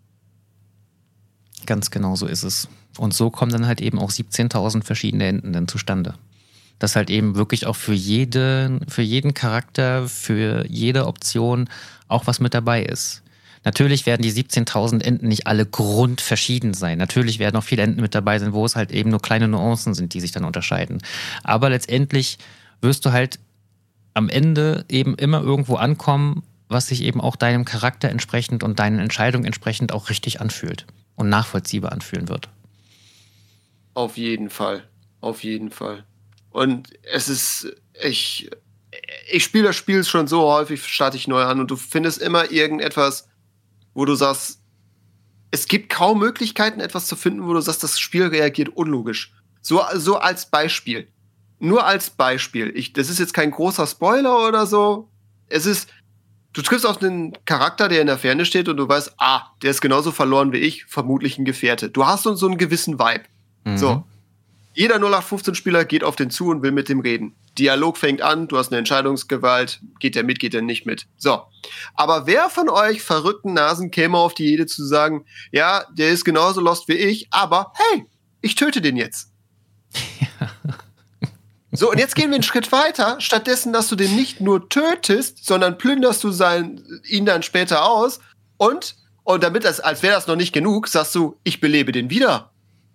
Ganz genau so ist es. Und so kommen dann halt eben auch siebzehntausend verschiedene Enden dann zustande. Dass halt eben wirklich auch für, jede, für jeden Charakter, für jede Option auch was mit dabei ist. Natürlich werden die siebzehntausend Enden nicht alle grundverschieden sein. Natürlich werden auch viele Enden mit dabei sein, wo es halt eben nur kleine Nuancen sind, die sich dann unterscheiden. Aber letztendlich wirst du halt am Ende eben immer irgendwo ankommen, was sich eben auch deinem Charakter entsprechend und deinen Entscheidungen entsprechend auch richtig anfühlt und nachvollziehbar anfühlen wird. Auf jeden Fall. Auf jeden Fall. Und es ist, ich, ich spiele das Spiel schon so häufig, starte ich neu an und du findest immer irgendetwas, wo du sagst, es gibt kaum Möglichkeiten, etwas zu finden, wo du sagst, das Spiel reagiert unlogisch. So, so als Beispiel. Nur als Beispiel. Ich, das ist jetzt kein großer Spoiler oder so. Es ist, du triffst auf einen Charakter, der in der Ferne steht und du weißt, ah, der ist genauso verloren wie ich, vermutlich ein Gefährte. Du hast so einen gewissen Vibe. Mhm. So. Jeder null acht fünfzehn-Spieler geht auf den zu und will mit dem reden. Dialog fängt an, du hast eine Entscheidungsgewalt, geht der mit, geht der nicht mit. So. Aber wer von euch verrückten Nasen käme auf die Idee zu sagen, ja, der ist genauso lost wie ich, aber hey, ich töte den jetzt. Ja. So, und jetzt gehen wir einen Schritt weiter. Stattdessen, dass du den nicht nur tötest, sondern plünderst du sein, ihn dann später aus und, und damit das, als wäre das noch nicht genug, sagst du, ich belebe den wieder.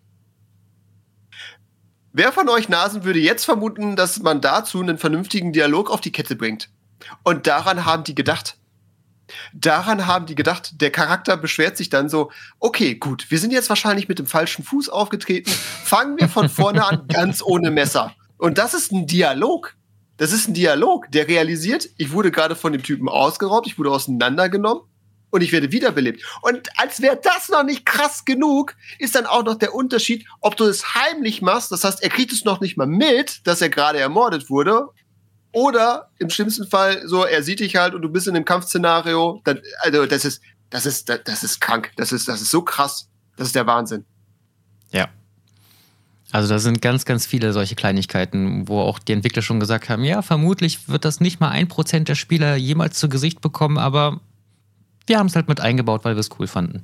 Wer von euch Nasen würde jetzt vermuten, dass man dazu einen vernünftigen Dialog auf die Kette bringt? Und daran haben die gedacht. Daran haben die gedacht, der Charakter beschwert sich dann so, okay, gut, wir sind jetzt wahrscheinlich mit dem falschen Fuß aufgetreten, fangen wir von vorne an, ganz ohne Messer. Und das ist ein Dialog. Das ist ein Dialog, der realisiert, ich wurde gerade von dem Typen ausgeraubt, ich wurde auseinandergenommen und ich werde wiederbelebt. Und als wäre das noch nicht krass genug, ist dann auch noch der Unterschied, ob du es heimlich machst, das heißt, er kriegt es noch nicht mal mit, dass er gerade ermordet wurde, oder im schlimmsten Fall so, er sieht dich halt und du bist in einem Kampfszenario. Dann, also das ist, das ist, das ist krank. Das ist, das ist so krass. Das ist der Wahnsinn. Ja. Also da sind ganz, ganz viele solche Kleinigkeiten, wo auch die Entwickler schon gesagt haben, ja, vermutlich wird das nicht mal ein Prozent der Spieler jemals zu Gesicht bekommen, aber wir haben es halt mit eingebaut, weil wir es cool fanden.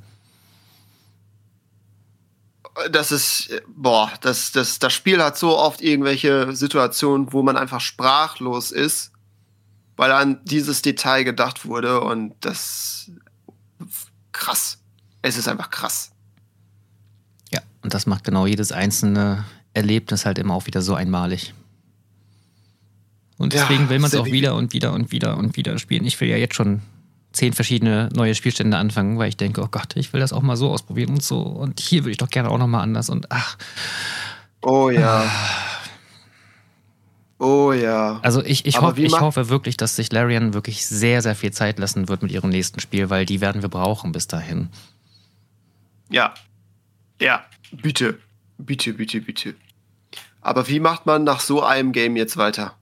Das ist, boah, das, das, das Spiel hat so oft irgendwelche Situationen, wo man einfach sprachlos ist, weil an dieses Detail gedacht wurde und das krass. Es ist einfach krass. Ja, und das macht genau jedes einzelne Erlebnis halt immer auch wieder so einmalig. Und deswegen ja, will man es auch wieder und wieder und wieder und wieder spielen. Ich will ja jetzt schon zehn verschiedene neue Spielstände anfangen, weil ich denke, oh Gott, ich will das auch mal so ausprobieren und so. Und hier würde ich doch gerne auch noch mal anders und ach. Oh ja. Oh ja. Also ich, ich, hoff, ich hoffe wirklich, dass sich Larian wirklich sehr, sehr viel Zeit lassen wird mit ihrem nächsten Spiel, weil die werden wir brauchen bis dahin. Ja. Ja, bitte. Bitte, bitte, bitte. Aber wie macht man nach so einem Game jetzt weiter?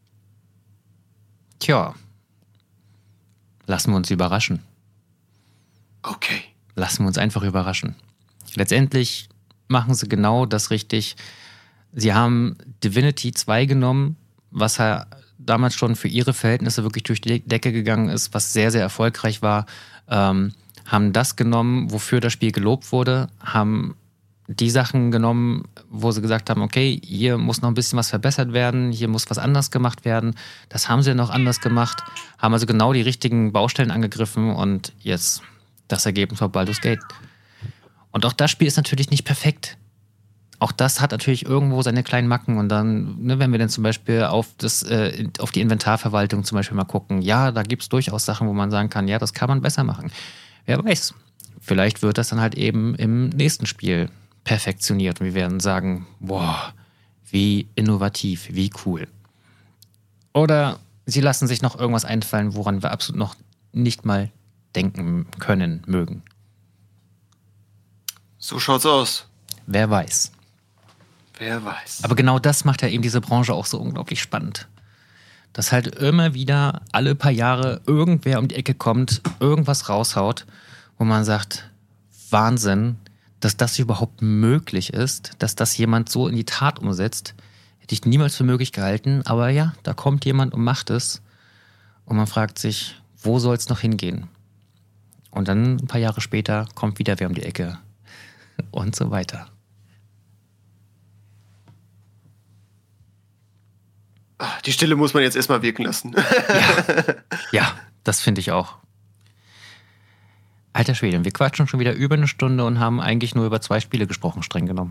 Tja. Lassen wir uns überraschen. Okay. Lassen wir uns einfach überraschen. Letztendlich machen sie genau das richtig. Sie haben Divinity zwei genommen, was ja damals schon für ihre Verhältnisse wirklich durch die Decke gegangen ist, was sehr, sehr erfolgreich war. Ähm, haben das genommen, wofür das Spiel gelobt wurde, haben die Sachen genommen, wo sie gesagt haben, okay, hier muss noch ein bisschen was verbessert werden, hier muss was anders gemacht werden. Das haben sie noch anders gemacht, haben also genau die richtigen Baustellen angegriffen und jetzt das Ergebnis war Baldur's Gate. Und auch das Spiel ist natürlich nicht perfekt. Auch das hat natürlich irgendwo seine kleinen Macken und dann, ne, wenn wir dann zum Beispiel auf, das, äh, auf die Inventarverwaltung zum Beispiel mal gucken, ja, da gibt es durchaus Sachen, wo man sagen kann, ja, das kann man besser machen. Wer weiß, vielleicht wird das dann halt eben im nächsten Spiel perfektioniert und wir werden sagen, boah, wie innovativ, wie cool. Oder sie lassen sich noch irgendwas einfallen, woran wir absolut noch nicht mal denken können, mögen. So schaut's aus. Wer weiß. Wer weiß. Aber genau das macht ja eben diese Branche auch so unglaublich spannend. Dass halt immer wieder alle paar Jahre irgendwer um die Ecke kommt, irgendwas raushaut, wo man sagt, Wahnsinn, dass das überhaupt möglich ist, dass das jemand so in die Tat umsetzt, hätte ich niemals für möglich gehalten. Aber ja, da kommt jemand und macht es. Und man fragt sich, wo soll es noch hingehen? Und dann ein paar Jahre später kommt wieder wer um die Ecke. Und so weiter. Die Stille muss man jetzt erstmal wirken lassen. Ja, ja, das finde ich auch. Alter Schwede, wir quatschen schon wieder über eine Stunde und haben eigentlich nur über zwei Spiele gesprochen, streng genommen.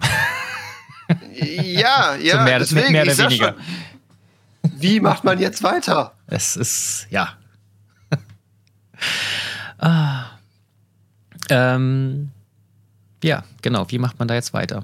Ja, ja, so mehr, deswegen, mehr oder weniger. Schon, wie macht man jetzt weiter? Es ist, ja. ah. ähm, ja, genau, wie macht man da jetzt weiter?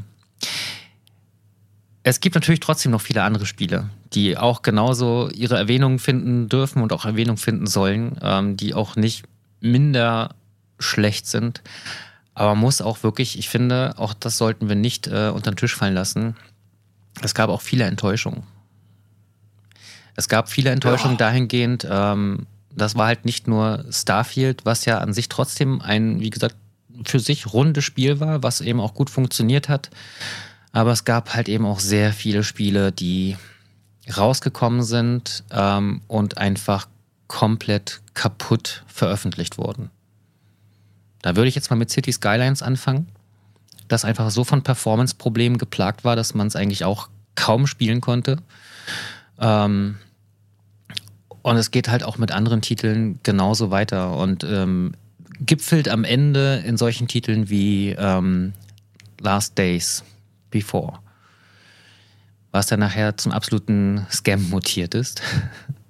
Es gibt natürlich trotzdem noch viele andere Spiele, die auch genauso ihre Erwähnung finden dürfen und auch Erwähnung finden sollen, ähm, die auch nicht minder schlecht sind. Aber man muss auch wirklich, ich finde, auch das sollten wir nicht äh, unter den Tisch fallen lassen. Es gab auch viele Enttäuschungen. Es gab viele Enttäuschungen ja. dahingehend, ähm, das war halt nicht nur Starfield, was ja an sich trotzdem ein, wie gesagt, für sich rundes Spiel war, was eben auch gut funktioniert hat. Aber es gab halt eben auch sehr viele Spiele, die rausgekommen sind ähm, und einfach komplett kaputt veröffentlicht wurden. Da würde ich jetzt mal mit City Skylines anfangen, das einfach so von Performance-Problemen geplagt war, dass man es eigentlich auch kaum spielen konnte. Ähm, und es geht halt auch mit anderen Titeln genauso weiter und ähm, gipfelt am Ende in solchen Titeln wie ähm, Last Days Before, was dann nachher zum absoluten Scam mutiert ist.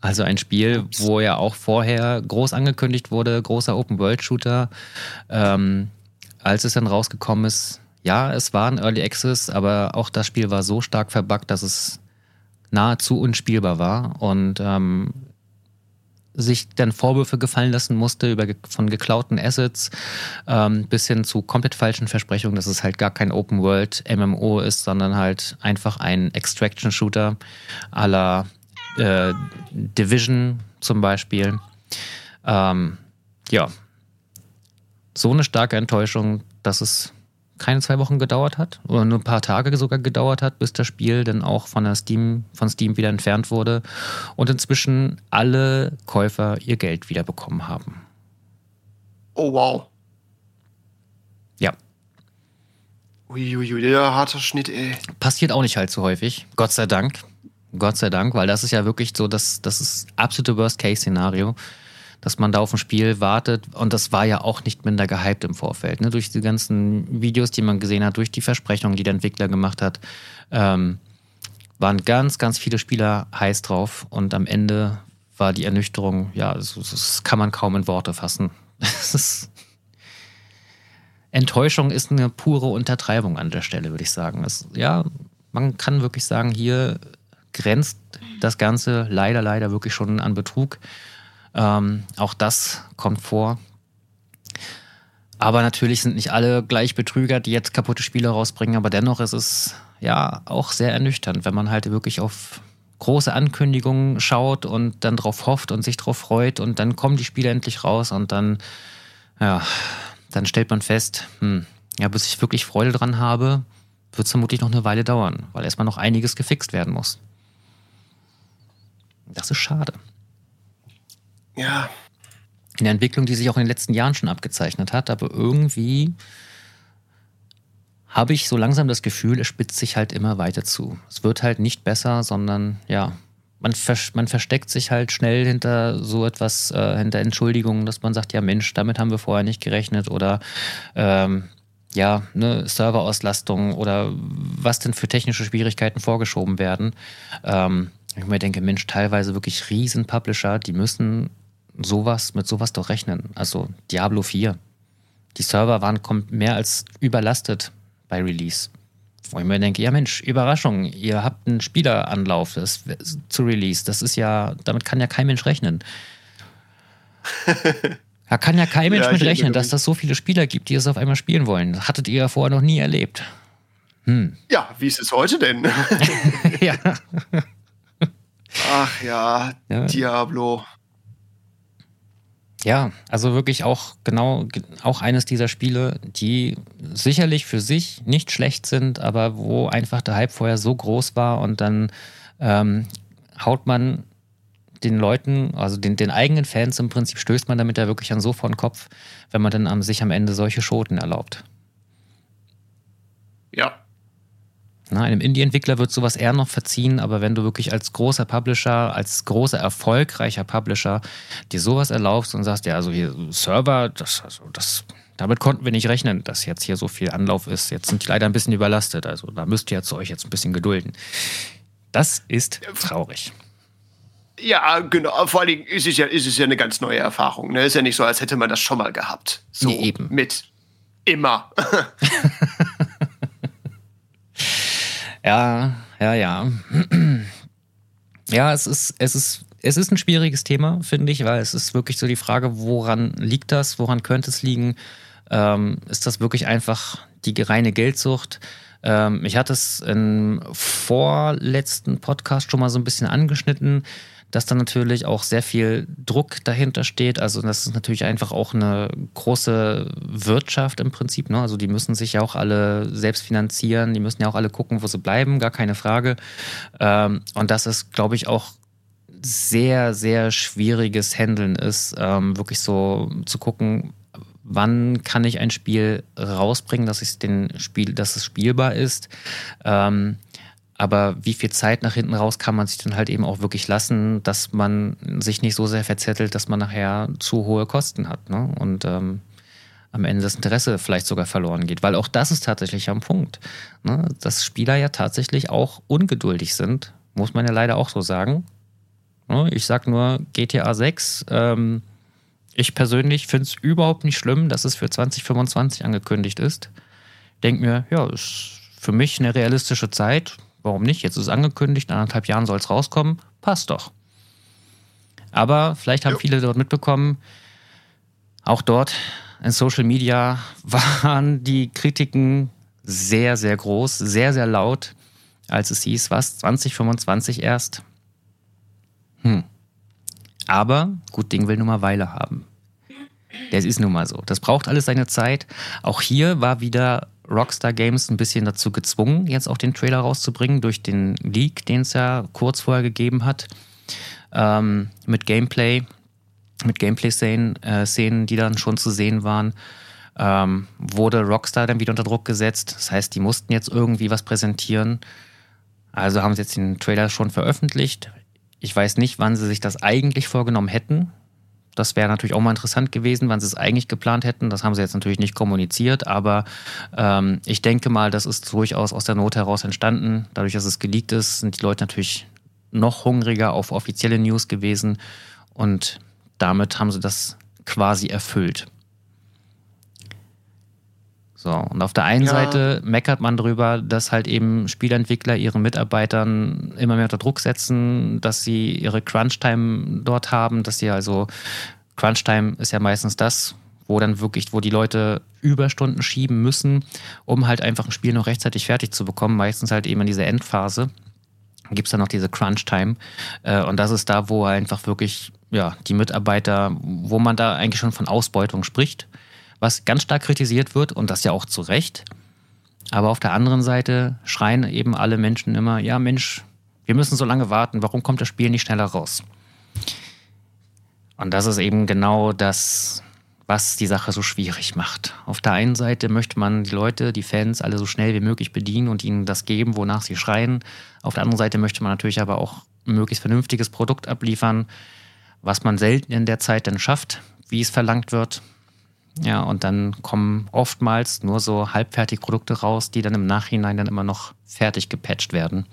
Also ein Spiel, wo ja auch vorher groß angekündigt wurde, großer Open-World-Shooter. Ähm, als es dann rausgekommen ist, ja, es war ein Early Access, aber auch das Spiel war so stark verbuggt, dass es nahezu unspielbar war und ähm, sich dann Vorwürfe gefallen lassen musste über von geklauten Assets ähm, bis hin zu komplett falschen Versprechungen, dass es halt gar kein Open-World-M M O ist, sondern halt einfach ein Extraction-Shooter à la äh, Division zum Beispiel. Ähm, ja, so eine starke Enttäuschung, dass es keine zwei Wochen gedauert hat oder nur ein paar Tage sogar gedauert hat, bis das Spiel dann auch von der Steam, von Steam wieder entfernt wurde und inzwischen alle Käufer ihr Geld wieder bekommen haben. Oh wow. Ja. Uiuiui, der harte Schnitt, ey. Passiert auch nicht allzu häufig, Gott sei Dank. Gott sei Dank, weil das ist ja wirklich so, das, das ist absolute Worst-Case-Szenario, dass man da auf ein Spiel wartet. Und das war ja auch nicht minder gehypt im Vorfeld. Ne? Durch die ganzen Videos, die man gesehen hat, durch die Versprechungen, die der Entwickler gemacht hat, ähm, waren ganz, ganz viele Spieler heiß drauf. Und am Ende war die Ernüchterung, ja, das, das kann man kaum in Worte fassen. Das ist Enttäuschung ist eine pure Untertreibung an der Stelle, würde ich sagen. Das, ja, man kann wirklich sagen, hier grenzt das Ganze leider, leider wirklich schon an Betrug. Ähm, auch das kommt vor. Aber natürlich sind nicht alle gleich Betrüger, die jetzt kaputte Spiele rausbringen. Aber dennoch ist es ja auch sehr ernüchternd, wenn man halt wirklich auf große Ankündigungen schaut und dann drauf hofft und sich drauf freut. Und dann kommen die Spiele endlich raus und dann, ja, dann stellt man fest, hm, ja, bis ich wirklich Freude dran habe, wird es vermutlich noch eine Weile dauern, weil erstmal noch einiges gefixt werden muss. Das ist schade. Ja. Eine Entwicklung, die sich auch in den letzten Jahren schon abgezeichnet hat, aber irgendwie habe ich so langsam das Gefühl, es spitzt sich halt immer weiter zu. Es wird halt nicht besser, sondern ja, man, vers- man versteckt sich halt schnell hinter so etwas, äh, hinter Entschuldigungen, dass man sagt, ja Mensch, damit haben wir vorher nicht gerechnet oder ähm, ja, ne, Serverauslastung oder was denn für technische Schwierigkeiten vorgeschoben werden. Ähm, ich mir denke, Mensch, teilweise wirklich riesen Publisher, die müssen sowas mit sowas doch rechnen. Also Diablo vier. Die Server waren mehr als überlastet bei Release. Wo ich mir denke, ja Mensch, Überraschung, ihr habt einen Spieleranlauf das, zu Release. Das ist ja, damit kann ja kein Mensch rechnen. Da kann ja kein Mensch ja, mit rechnen, dass das so viele Spieler gibt, die es auf einmal spielen wollen. Das hattet ihr ja vorher noch nie erlebt. Hm. Ja, wie ist es heute denn? Ja. Ach ja, ja, Diablo. Ja, also wirklich auch genau auch eines dieser Spiele, die sicherlich für sich nicht schlecht sind, aber wo einfach der Hype vorher so groß war und dann ähm, haut man den Leuten, also den, den eigenen Fans im Prinzip, stößt man damit ja wirklich an so vor den Kopf, wenn man dann am, sich am Ende solche Schoten erlaubt. Ja. Na, einem Indie-Entwickler wird sowas eher noch verziehen, aber wenn du wirklich als großer Publisher, als großer, erfolgreicher Publisher dir sowas erlaubst und sagst, ja, also hier Server, das, also das, damit konnten wir nicht rechnen, dass jetzt hier so viel Anlauf ist. Jetzt sind die leider ein bisschen überlastet, also da müsst ihr jetzt euch jetzt ein bisschen gedulden. Das ist traurig. Ja, genau. Vor allen Dingen ist es ja, ist es ja eine ganz neue Erfahrung. Ne? Ist ja nicht so, als hätte man das schon mal gehabt. So nee, eben. Mit immer. Ja, ja, ja. Ja, es ist, es ist, es ist ein schwieriges Thema, finde ich, weil es ist wirklich so die Frage, woran liegt das, woran könnte es liegen? Ähm, ist das wirklich einfach die reine Geldsucht? Ähm, ich hatte es im vorletzten Podcast schon mal so ein bisschen angeschnitten, dass da natürlich auch sehr viel Druck dahinter steht. Also das ist natürlich einfach auch eine große Wirtschaft im Prinzip. Ne? Also die müssen sich ja auch alle selbst finanzieren, die müssen ja auch alle gucken, wo sie bleiben, gar keine Frage. Ähm, und das ist, glaube ich, auch sehr, sehr schwieriges Handeln ist, ähm, wirklich so zu gucken, wann kann ich ein Spiel rausbringen, dass ich den Spiel, dass es spielbar ist. Ähm, Aber wie viel Zeit nach hinten raus kann man sich dann halt eben auch wirklich lassen, dass man sich nicht so sehr verzettelt, dass man nachher zu hohe Kosten hat, ne? Und ähm, am Ende das Interesse vielleicht sogar verloren geht. Weil auch das ist tatsächlich am Punkt, ne? Dass Spieler ja tatsächlich auch ungeduldig sind, muss man ja leider auch so sagen. Ich sag nur G T A sechs. Ähm, ich persönlich finde es überhaupt nicht schlimm, dass es für zwanzig fünfundzwanzig angekündigt ist. Denk mir, ja, ist für mich eine realistische Zeit. Warum nicht? Jetzt ist es angekündigt, in anderthalb Jahren soll es rauskommen. Passt doch. Aber vielleicht haben jo. viele dort mitbekommen, auch dort in Social Media waren die Kritiken sehr, sehr groß, sehr, sehr laut, als es hieß, was, zwanzig fünfundzwanzig erst? Hm. Aber gut Ding will nun mal Weile haben. Das ist nun mal so. Das braucht alles seine Zeit. Auch hier war wieder Rockstar Games ein bisschen dazu gezwungen, jetzt auch den Trailer rauszubringen, durch den Leak, den es ja kurz vorher gegeben hat, ähm, mit Gameplay, mit Gameplay-Szenen, äh, Szenen, die dann schon zu sehen waren, ähm, wurde Rockstar dann wieder unter Druck gesetzt. Das heißt, die mussten jetzt irgendwie was präsentieren. Also haben sie jetzt den Trailer schon veröffentlicht. Ich weiß nicht, wann sie sich das eigentlich vorgenommen hätten. Das wäre natürlich auch mal interessant gewesen, wann sie es eigentlich geplant hätten. Das haben sie jetzt natürlich nicht kommuniziert, aber ähm, ich denke mal, das ist durchaus aus der Not heraus entstanden. Dadurch, dass es geleakt ist, sind die Leute natürlich noch hungriger auf offizielle News gewesen und damit haben sie das quasi erfüllt. So, und auf der einen ja. Seite meckert man drüber, dass halt eben Spieleentwickler ihren Mitarbeitern immer mehr unter Druck setzen, dass sie ihre Crunch-Time dort haben, dass sie also, Crunch-Time ist ja meistens das, wo dann wirklich, wo die Leute Überstunden schieben müssen, um halt einfach ein Spiel noch rechtzeitig fertig zu bekommen, meistens halt eben in dieser Endphase. Dann gibt es dann noch diese Crunch-Time und das ist da, wo einfach wirklich, ja, die Mitarbeiter, wo man da eigentlich schon von Ausbeutung spricht, was ganz stark kritisiert wird und das ja auch zu Recht. Aber auf der anderen Seite schreien eben alle Menschen immer, ja Mensch, wir müssen so lange warten, warum kommt das Spiel nicht schneller raus? Und das ist eben genau das, was die Sache so schwierig macht. Auf der einen Seite möchte man die Leute, die Fans, alle so schnell wie möglich bedienen und ihnen das geben, wonach sie schreien. Auf der anderen Seite möchte man natürlich aber auch ein möglichst vernünftiges Produkt abliefern, was man selten in der Zeit dann schafft, wie es verlangt wird. Ja, und dann kommen oftmals nur so halbfertige Produkte raus, die dann im Nachhinein dann immer noch fertig gepatcht werden.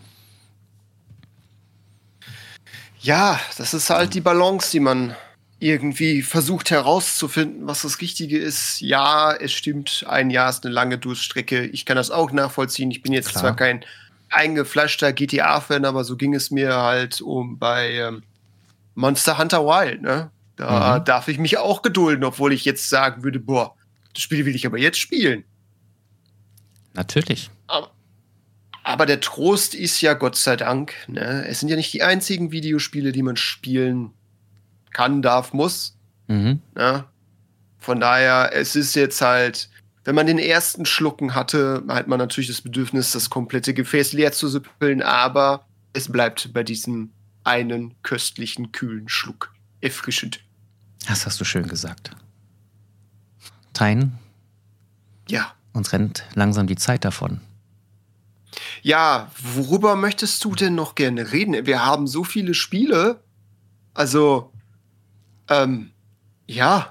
Ja, das ist halt die Balance, die man irgendwie versucht herauszufinden, was das Richtige ist. Ja, es stimmt, ein Jahr ist eine lange Durststrecke. Ich kann das auch nachvollziehen. Ich bin jetzt Klar. zwar kein eingefleischter G T A-Fan, aber so ging es mir halt um bei ähm, Monster Hunter Wild, ne? Da mhm. darf ich mich auch gedulden, obwohl ich jetzt sagen würde, boah, das Spiel will ich aber jetzt spielen. Natürlich. Aber, aber der Trost ist ja Gott sei Dank, ne? Es sind ja nicht die einzigen Videospiele, die man spielen kann, darf, muss. Mhm. Ne? Von daher, es ist jetzt halt, wenn man den ersten Schlucken hatte, hat man natürlich das Bedürfnis, das komplette Gefäß leer zu süppeln, aber es bleibt bei diesem einen köstlichen, kühlen Schluck. Erfrischend. Das hast du schön gesagt. Tein? Ja. Uns rennt langsam die Zeit davon. Ja, worüber möchtest du denn noch gerne reden? Wir haben so viele Spiele. Also, ähm, ja.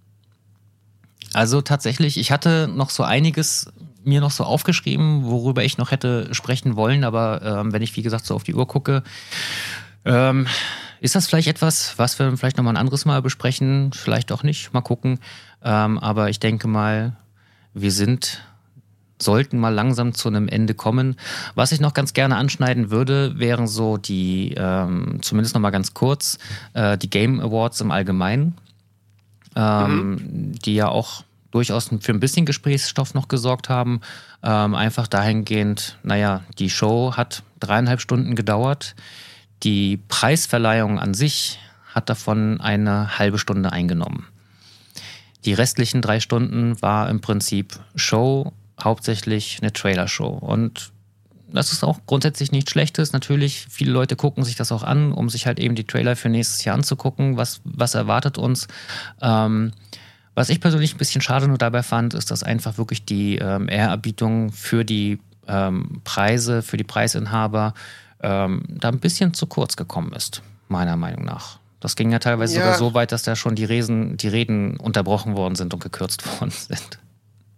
Also tatsächlich, ich hatte noch so einiges mir noch so aufgeschrieben, worüber ich noch hätte sprechen wollen, aber ähm, wenn ich, wie gesagt, so auf die Uhr gucke, ähm, ist das vielleicht etwas, was wir vielleicht nochmal ein anderes Mal besprechen? Vielleicht auch nicht, mal gucken. Ähm, aber ich denke mal, wir sind, sollten mal langsam zu einem Ende kommen. Was ich noch ganz gerne anschneiden würde, wären so die, ähm, zumindest nochmal ganz kurz, äh, die Game Awards im Allgemeinen, ähm, mhm. die ja auch durchaus für ein bisschen Gesprächsstoff noch gesorgt haben. Ähm, einfach dahingehend, naja, die Show hat dreieinhalb Stunden gedauert. Die Preisverleihung an sich hat davon eine halbe Stunde eingenommen. Die restlichen drei Stunden war im Prinzip Show, hauptsächlich eine Trailer-Show. Und das ist auch grundsätzlich nichts Schlechtes. Natürlich, viele Leute gucken sich das auch an, um sich halt eben die Trailer für nächstes Jahr anzugucken, was, was erwartet uns. Ähm, was ich persönlich ein bisschen schade nur dabei fand, ist, dass einfach wirklich die ähm, Ehrerbietung für die ähm, Preise, für die Preisinhaber ähm, da ein bisschen zu kurz gekommen ist, meiner Meinung nach. Das ging ja teilweise ja. sogar so weit, dass da schon die Reden, die Reden unterbrochen worden sind und gekürzt worden sind.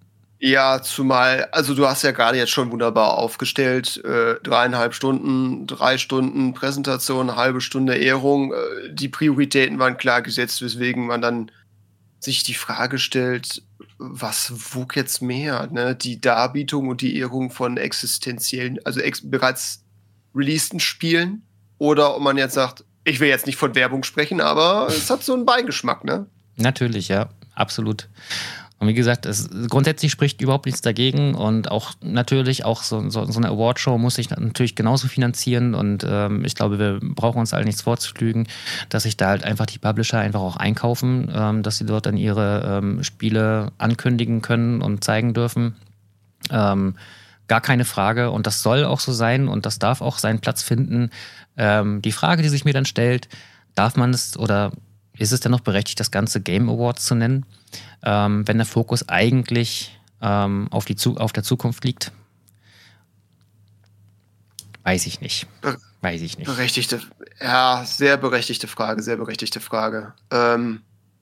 Ja, zumal, also du hast ja gerade jetzt schon wunderbar aufgestellt, äh, dreieinhalb Stunden, drei Stunden Präsentation, eine halbe Stunde Ehrung. Äh, die Prioritäten waren klar gesetzt, weswegen man dann sich die Frage stellt, was wog jetzt mehr, ne? Die Darbietung und die Ehrung von existenziellen, also ex bereits releaseden Spielen, oder ob man jetzt sagt, ich will jetzt nicht von Werbung sprechen, aber es hat so einen Beigeschmack, ne? Natürlich, ja, absolut. Und wie gesagt, es, grundsätzlich spricht überhaupt nichts dagegen und auch natürlich auch so, so, so eine Awardshow muss sich natürlich genauso finanzieren und ähm, ich glaube, wir brauchen uns alle nichts vorzulügen, dass sich da halt einfach die Publisher einfach auch einkaufen, ähm, dass sie dort dann ihre ähm, Spiele ankündigen können und zeigen dürfen. Ähm, gar keine Frage und das soll auch so sein und das darf auch seinen Platz finden. Ähm, die Frage, die sich mir dann stellt, darf man es oder ist es denn noch berechtigt, das Ganze Game Awards zu nennen, ähm, wenn der Fokus eigentlich ähm, auf, die Zu- auf der Zukunft liegt? Weiß ich nicht. Be- Weiß ich nicht. Berechtigte, ja, sehr berechtigte Frage, sehr berechtigte Frage. Ähm,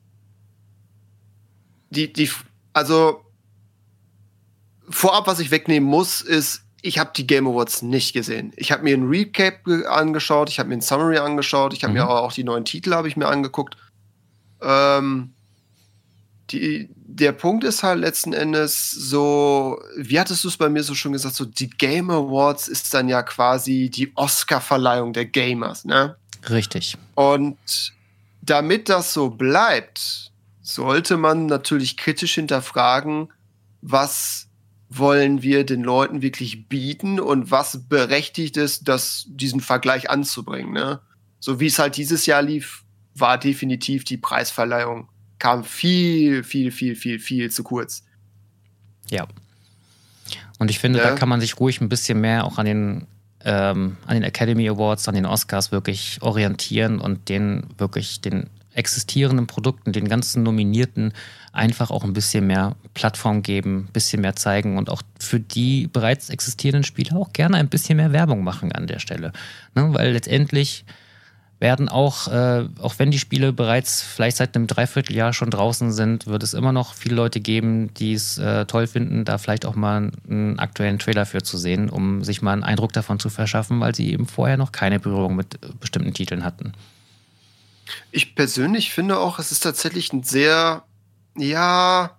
die, die, also vorab, was ich wegnehmen muss, ist, ich habe die Game Awards nicht gesehen. Ich habe mir ein Recap ge- angeschaut, ich habe mir ein Summary angeschaut, ich habe Mhm. mir aber auch die neuen Titel habe ich mir angeguckt. Ähm, die, der Punkt ist halt letzten Endes so, wie hattest du es bei mir so schon gesagt, so die Game Awards ist dann ja quasi die Oscar-Verleihung der Gamers, ne? Richtig. Und damit das so bleibt, sollte man natürlich kritisch hinterfragen, was wollen wir den Leuten wirklich bieten und was berechtigt ist, das, diesen Vergleich anzubringen. Ne? So wie es halt dieses Jahr lief, war definitiv die Preisverleihung, kam viel, viel, viel, viel, viel zu kurz. Ja. Und ich finde, Ja. da kann man sich ruhig ein bisschen mehr auch an den, ähm, an den Academy Awards, an den Oscars wirklich orientieren und den wirklich den existierenden Produkten, den ganzen Nominierten einfach auch ein bisschen mehr Plattform geben, ein bisschen mehr zeigen und auch für die bereits existierenden Spiele auch gerne ein bisschen mehr Werbung machen an der Stelle. Ne? Weil letztendlich werden auch, äh, auch wenn die Spiele bereits vielleicht seit einem Dreivierteljahr schon draußen sind, wird es immer noch viele Leute geben, die es äh, toll finden, da vielleicht auch mal einen aktuellen Trailer für zu sehen, um sich mal einen Eindruck davon zu verschaffen, weil sie eben vorher noch keine Berührung mit äh, bestimmten Titeln hatten. Ich persönlich finde auch, es ist tatsächlich ein sehr, ja,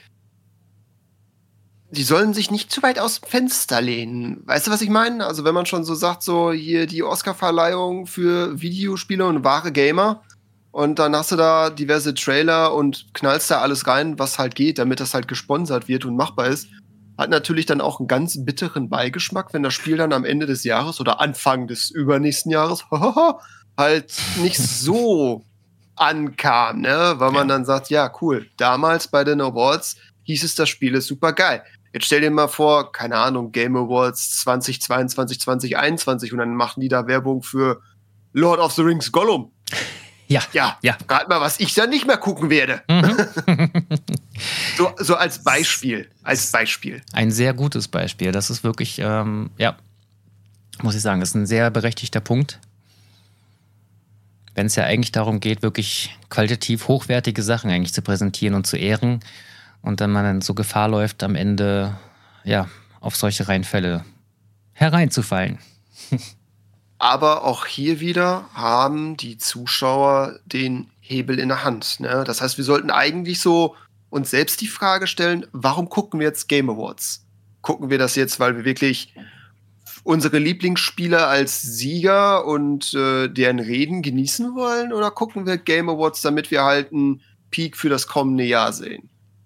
die sollen sich nicht zu weit aus dem Fenster lehnen. Weißt du, was ich meine? Also wenn man schon so sagt, so hier die Oscar-Verleihung für Videospiele und wahre Gamer und dann hast du da diverse Trailer und knallst da alles rein, was halt geht, damit das halt gesponsert wird und machbar ist, hat natürlich dann auch einen ganz bitteren Beigeschmack, wenn das Spiel dann am Ende des Jahres oder Anfang des übernächsten Jahres halt nicht so ankam, ne? Weil man Ja. dann sagt, ja, cool, damals bei den Awards hieß es, das Spiel ist super geil. Jetzt stell dir mal vor, keine Ahnung, Game Awards zwanzig zweiundzwanzig, zwanzig einundzwanzig und dann machen die da Werbung für Lord of the Rings Gollum. Ja, Ja, ja. rat mal, was ich dann nicht mehr gucken werde. Mhm. So, so als Beispiel, als Beispiel. Ein sehr gutes Beispiel. Das ist wirklich, ähm, ja, muss ich sagen, das ist ein sehr berechtigter Punkt. Wenn es ja eigentlich darum geht, wirklich qualitativ hochwertige Sachen eigentlich zu präsentieren und zu ehren und dann man dann so Gefahr läuft, am Ende ja auf solche Reinfälle hereinzufallen. Aber auch hier wieder haben die Zuschauer den Hebel in der Hand. Ne? Das heißt, wir sollten eigentlich so uns selbst die Frage stellen, warum gucken wir jetzt Game Awards? Gucken wir das jetzt, weil wir wirklich unsere Lieblingsspieler als Sieger und äh, deren Reden genießen wollen? Oder gucken wir Game Awards, damit wir halt einen Peak für das kommende Jahr sehen?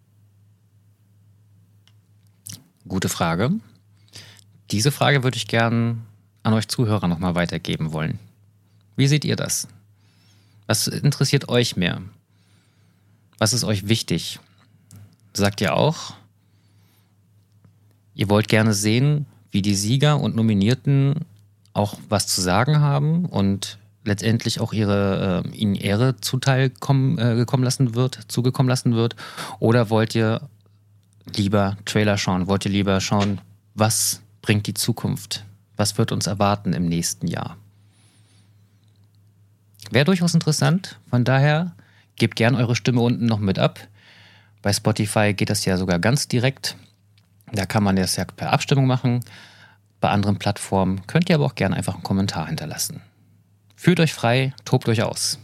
Gute Frage. Diese Frage würde ich gern an euch Zuhörer nochmal weitergeben wollen. Wie seht ihr das? Was interessiert euch mehr? Was ist euch wichtig? Sagt ihr auch, ihr wollt gerne sehen, wie die Sieger und Nominierten auch was zu sagen haben und letztendlich auch ihre, äh, ihnen Ehre zuteil kommen, äh, gekommen lassen wird, zugekommen lassen wird? Oder wollt ihr lieber Trailer schauen? Wollt ihr lieber schauen, was bringt die Zukunft? Was wird uns erwarten im nächsten Jahr? Wäre durchaus interessant. Von daher, gebt gern eure Stimme unten noch mit ab. Bei Spotify geht das ja sogar ganz direkt. Da kann man das ja per Abstimmung machen. Bei anderen Plattformen könnt ihr aber auch gerne einfach einen Kommentar hinterlassen. Fühlt euch frei, tobt euch aus.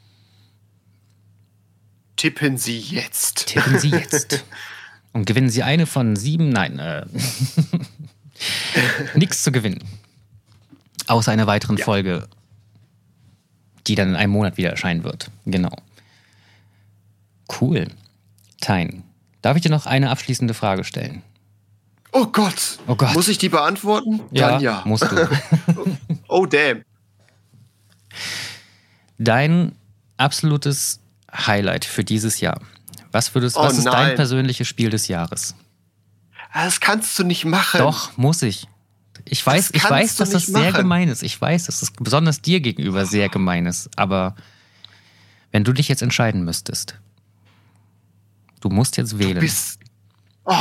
Tippen Sie jetzt. Tippen Sie jetzt. Und gewinnen Sie eine von sieben, nein, äh, nichts zu gewinnen. Außer einer weiteren ja. Folge, die dann in einem Monat wieder erscheinen wird. Genau. Cool. Tein, darf ich dir noch eine abschließende Frage stellen? Oh Gott. Oh Gott. Muss ich die beantworten? Ja, Dann ja. musst du. Oh, damn. Dein absolutes Highlight für dieses Jahr. Was, würdest, oh, was ist nein. dein persönliches Spiel des Jahres? Das kannst du nicht machen. Doch, muss ich. Ich weiß, ich weiß dass das sehr gemein ist. Ich weiß, dass das besonders dir gegenüber sehr gemein ist. Aber wenn du dich jetzt entscheiden müsstest, du musst jetzt wählen. Du bist... Oh.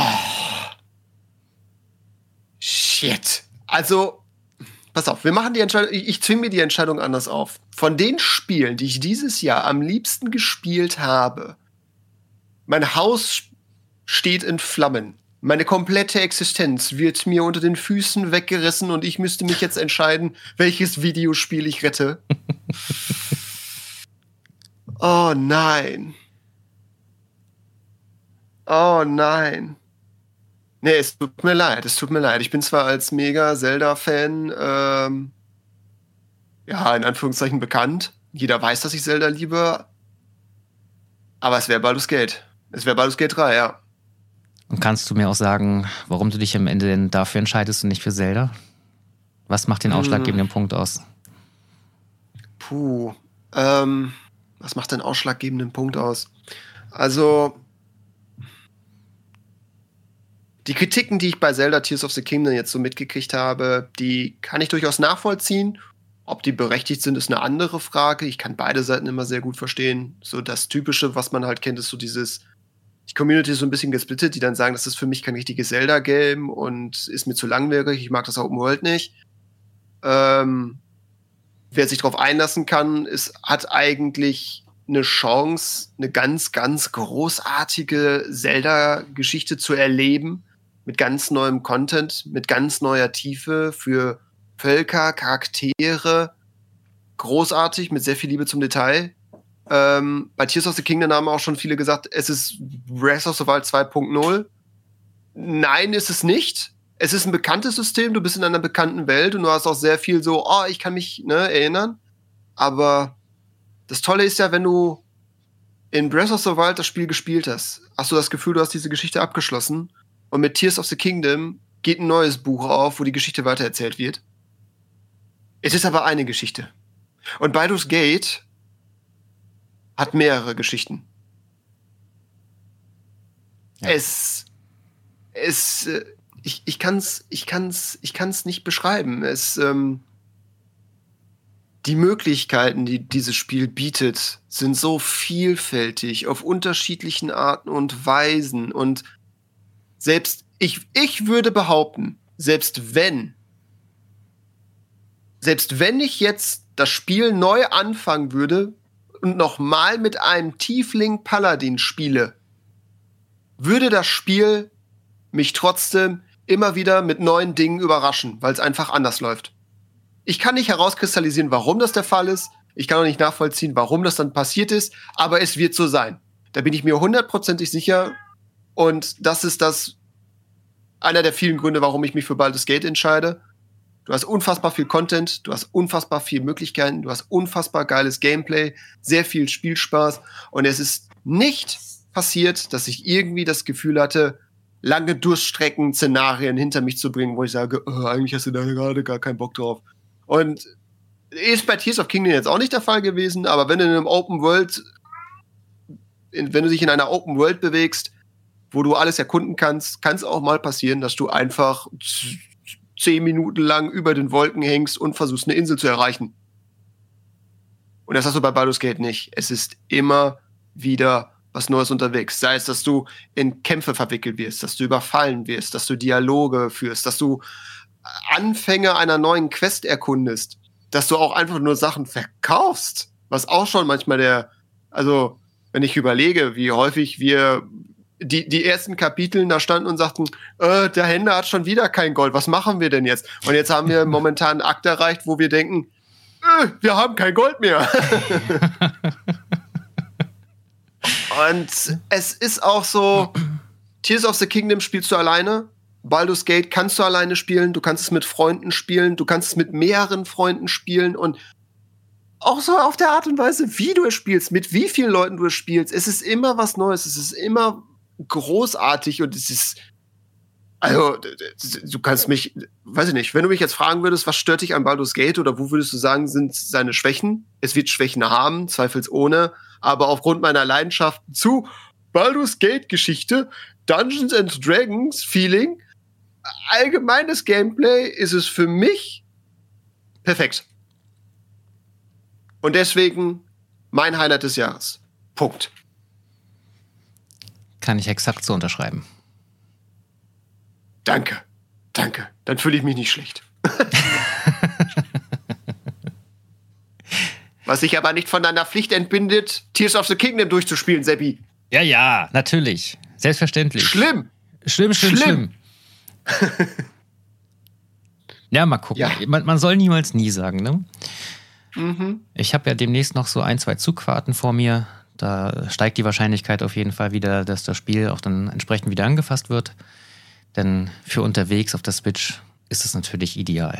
Shit. Also, pass auf, wir machen die Entscheidung, ich zwinge mir die Entscheidung anders auf. Von den Spielen, die ich dieses Jahr am liebsten gespielt habe, mein Haus steht in Flammen. Meine komplette Existenz wird mir unter den Füßen weggerissen und ich müsste mich jetzt entscheiden, welches Videospiel ich rette. Oh nein. Oh nein. Nee, es tut mir leid, es tut mir leid. Ich bin zwar als mega Zelda-Fan, ähm, ja, in Anführungszeichen bekannt. Jeder weiß, dass ich Zelda liebe. Aber es wäre Baldur's Gate. Es wäre Baldur's Gate drei, ja. Und kannst du mir auch sagen, warum du dich am Ende denn dafür entscheidest und nicht für Zelda? Was macht den ausschlaggebenden hm. Punkt aus? Puh, ähm, was macht den ausschlaggebenden Punkt aus? Also... Die Kritiken, die ich bei Zelda Tears of the Kingdom jetzt so mitgekriegt habe, die kann ich durchaus nachvollziehen. Ob die berechtigt sind, ist eine andere Frage. Ich kann beide Seiten immer sehr gut verstehen. So das Typische, was man halt kennt, ist so dieses, die Community ist so ein bisschen gesplittet, die dann sagen, das ist für mich kein richtiges Zelda-Game und ist mir zu langwierig, ich mag das Open World nicht. Ähm, wer sich darauf einlassen kann, ist, hat eigentlich eine Chance, eine ganz, ganz großartige Zelda-Geschichte zu erleben. Mit ganz neuem Content, mit ganz neuer Tiefe für Völker, Charaktere. Großartig, mit sehr viel Liebe zum Detail. Ähm, bei Tears of the Kingdom haben auch schon viele gesagt, es ist Breath of the Wild zwei Punkt null. Nein, ist es nicht. Es ist ein bekanntes System, du bist in einer bekannten Welt und du hast auch sehr viel so, oh, ich kann mich ne, erinnern. Aber das Tolle ist ja, wenn du in Breath of the Wild das Spiel gespielt hast, hast du das Gefühl, du hast diese Geschichte abgeschlossen. Und mit Tears of the Kingdom geht ein neues Buch auf, wo die Geschichte weitererzählt wird. Es ist aber eine Geschichte. Und Baldur's Gate hat mehrere Geschichten. Ja. Es, es, ich, ich kann's, ich kann's, ich kann's nicht beschreiben. Es, ähm, die Möglichkeiten, die dieses Spiel bietet, sind so vielfältig, auf unterschiedlichen Arten und Weisen. Und selbst, ich, ich würde behaupten, selbst wenn, selbst wenn ich jetzt das Spiel neu anfangen würde und nochmal mit einem Tiefling Paladin spiele, würde das Spiel mich trotzdem immer wieder mit neuen Dingen überraschen, weil es einfach anders läuft. Ich kann nicht herauskristallisieren, warum das der Fall ist. Ich kann auch nicht nachvollziehen, warum das dann passiert ist, aber es wird so sein. Da bin ich mir hundertprozentig sicher. Und das ist das einer der vielen Gründe, warum ich mich für Baldur's Gate entscheide. Du hast unfassbar viel Content, du hast unfassbar viele Möglichkeiten, du hast unfassbar geiles Gameplay, sehr viel Spielspaß. Und es ist nicht passiert, dass ich irgendwie das Gefühl hatte, lange Durststrecken, Szenarien hinter mich zu bringen, wo ich sage, oh, eigentlich hast du da gerade gar keinen Bock drauf. Und ist bei Tears of Kingdom jetzt auch nicht der Fall gewesen, aber wenn du in einem Open World, in, wenn du dich in einer Open World bewegst, wo du alles erkunden kannst, kann es auch mal passieren, dass du einfach z- zehn Minuten lang über den Wolken hängst und versuchst, eine Insel zu erreichen. Und das hast du bei Baldur's Gate nicht. Es ist immer wieder was Neues unterwegs. Sei es, dass du in Kämpfe verwickelt wirst, dass du überfallen wirst, dass du Dialoge führst, dass du Anfänge einer neuen Quest erkundest, dass du auch einfach nur Sachen verkaufst, was auch schon manchmal der, also wenn ich überlege, wie häufig wir die, die ersten Kapiteln da standen und sagten, äh, der Händler hat schon wieder kein Gold, was machen wir denn jetzt? Und jetzt haben wir momentan einen Akt erreicht, wo wir denken, äh, wir haben kein Gold mehr. Und es ist auch so, Tears of the Kingdom spielst du alleine, Baldur's Gate kannst du alleine spielen, du kannst es mit Freunden spielen, du kannst es mit mehreren Freunden spielen und auch so auf der Art und Weise, wie du es spielst, mit wie vielen Leuten du es spielst, es ist immer was Neues, es ist immer großartig und es ist, also, du kannst mich, weiß ich nicht, wenn du mich jetzt fragen würdest, was stört dich an Baldur's Gate oder wo würdest du sagen, sind seine Schwächen? Es wird Schwächen haben, zweifelsohne, aber aufgrund meiner Leidenschaft zu Baldur's Gate Geschichte, Dungeons and Dragons Feeling, allgemeines Gameplay ist es für mich perfekt. Und deswegen mein Highlight des Jahres. Punkt. Kann ich exakt so unterschreiben. Danke. Danke. Dann fühle ich mich nicht schlecht. Was sich aber nicht von deiner Pflicht entbindet, Tears of the Kingdom durchzuspielen, Seppi. Ja, ja, natürlich. Selbstverständlich. Schlimm. Schlimm, schlimm, schlimm. schlimm. Ja, mal gucken. Ja. Man, man soll niemals nie sagen, ne? Mhm. Ich habe ja demnächst noch so ein, zwei Zugfahrten vor mir. Da steigt die Wahrscheinlichkeit auf jeden Fall wieder, dass das Spiel auch dann entsprechend wieder angefasst wird. Denn für unterwegs auf der Switch ist es natürlich ideal.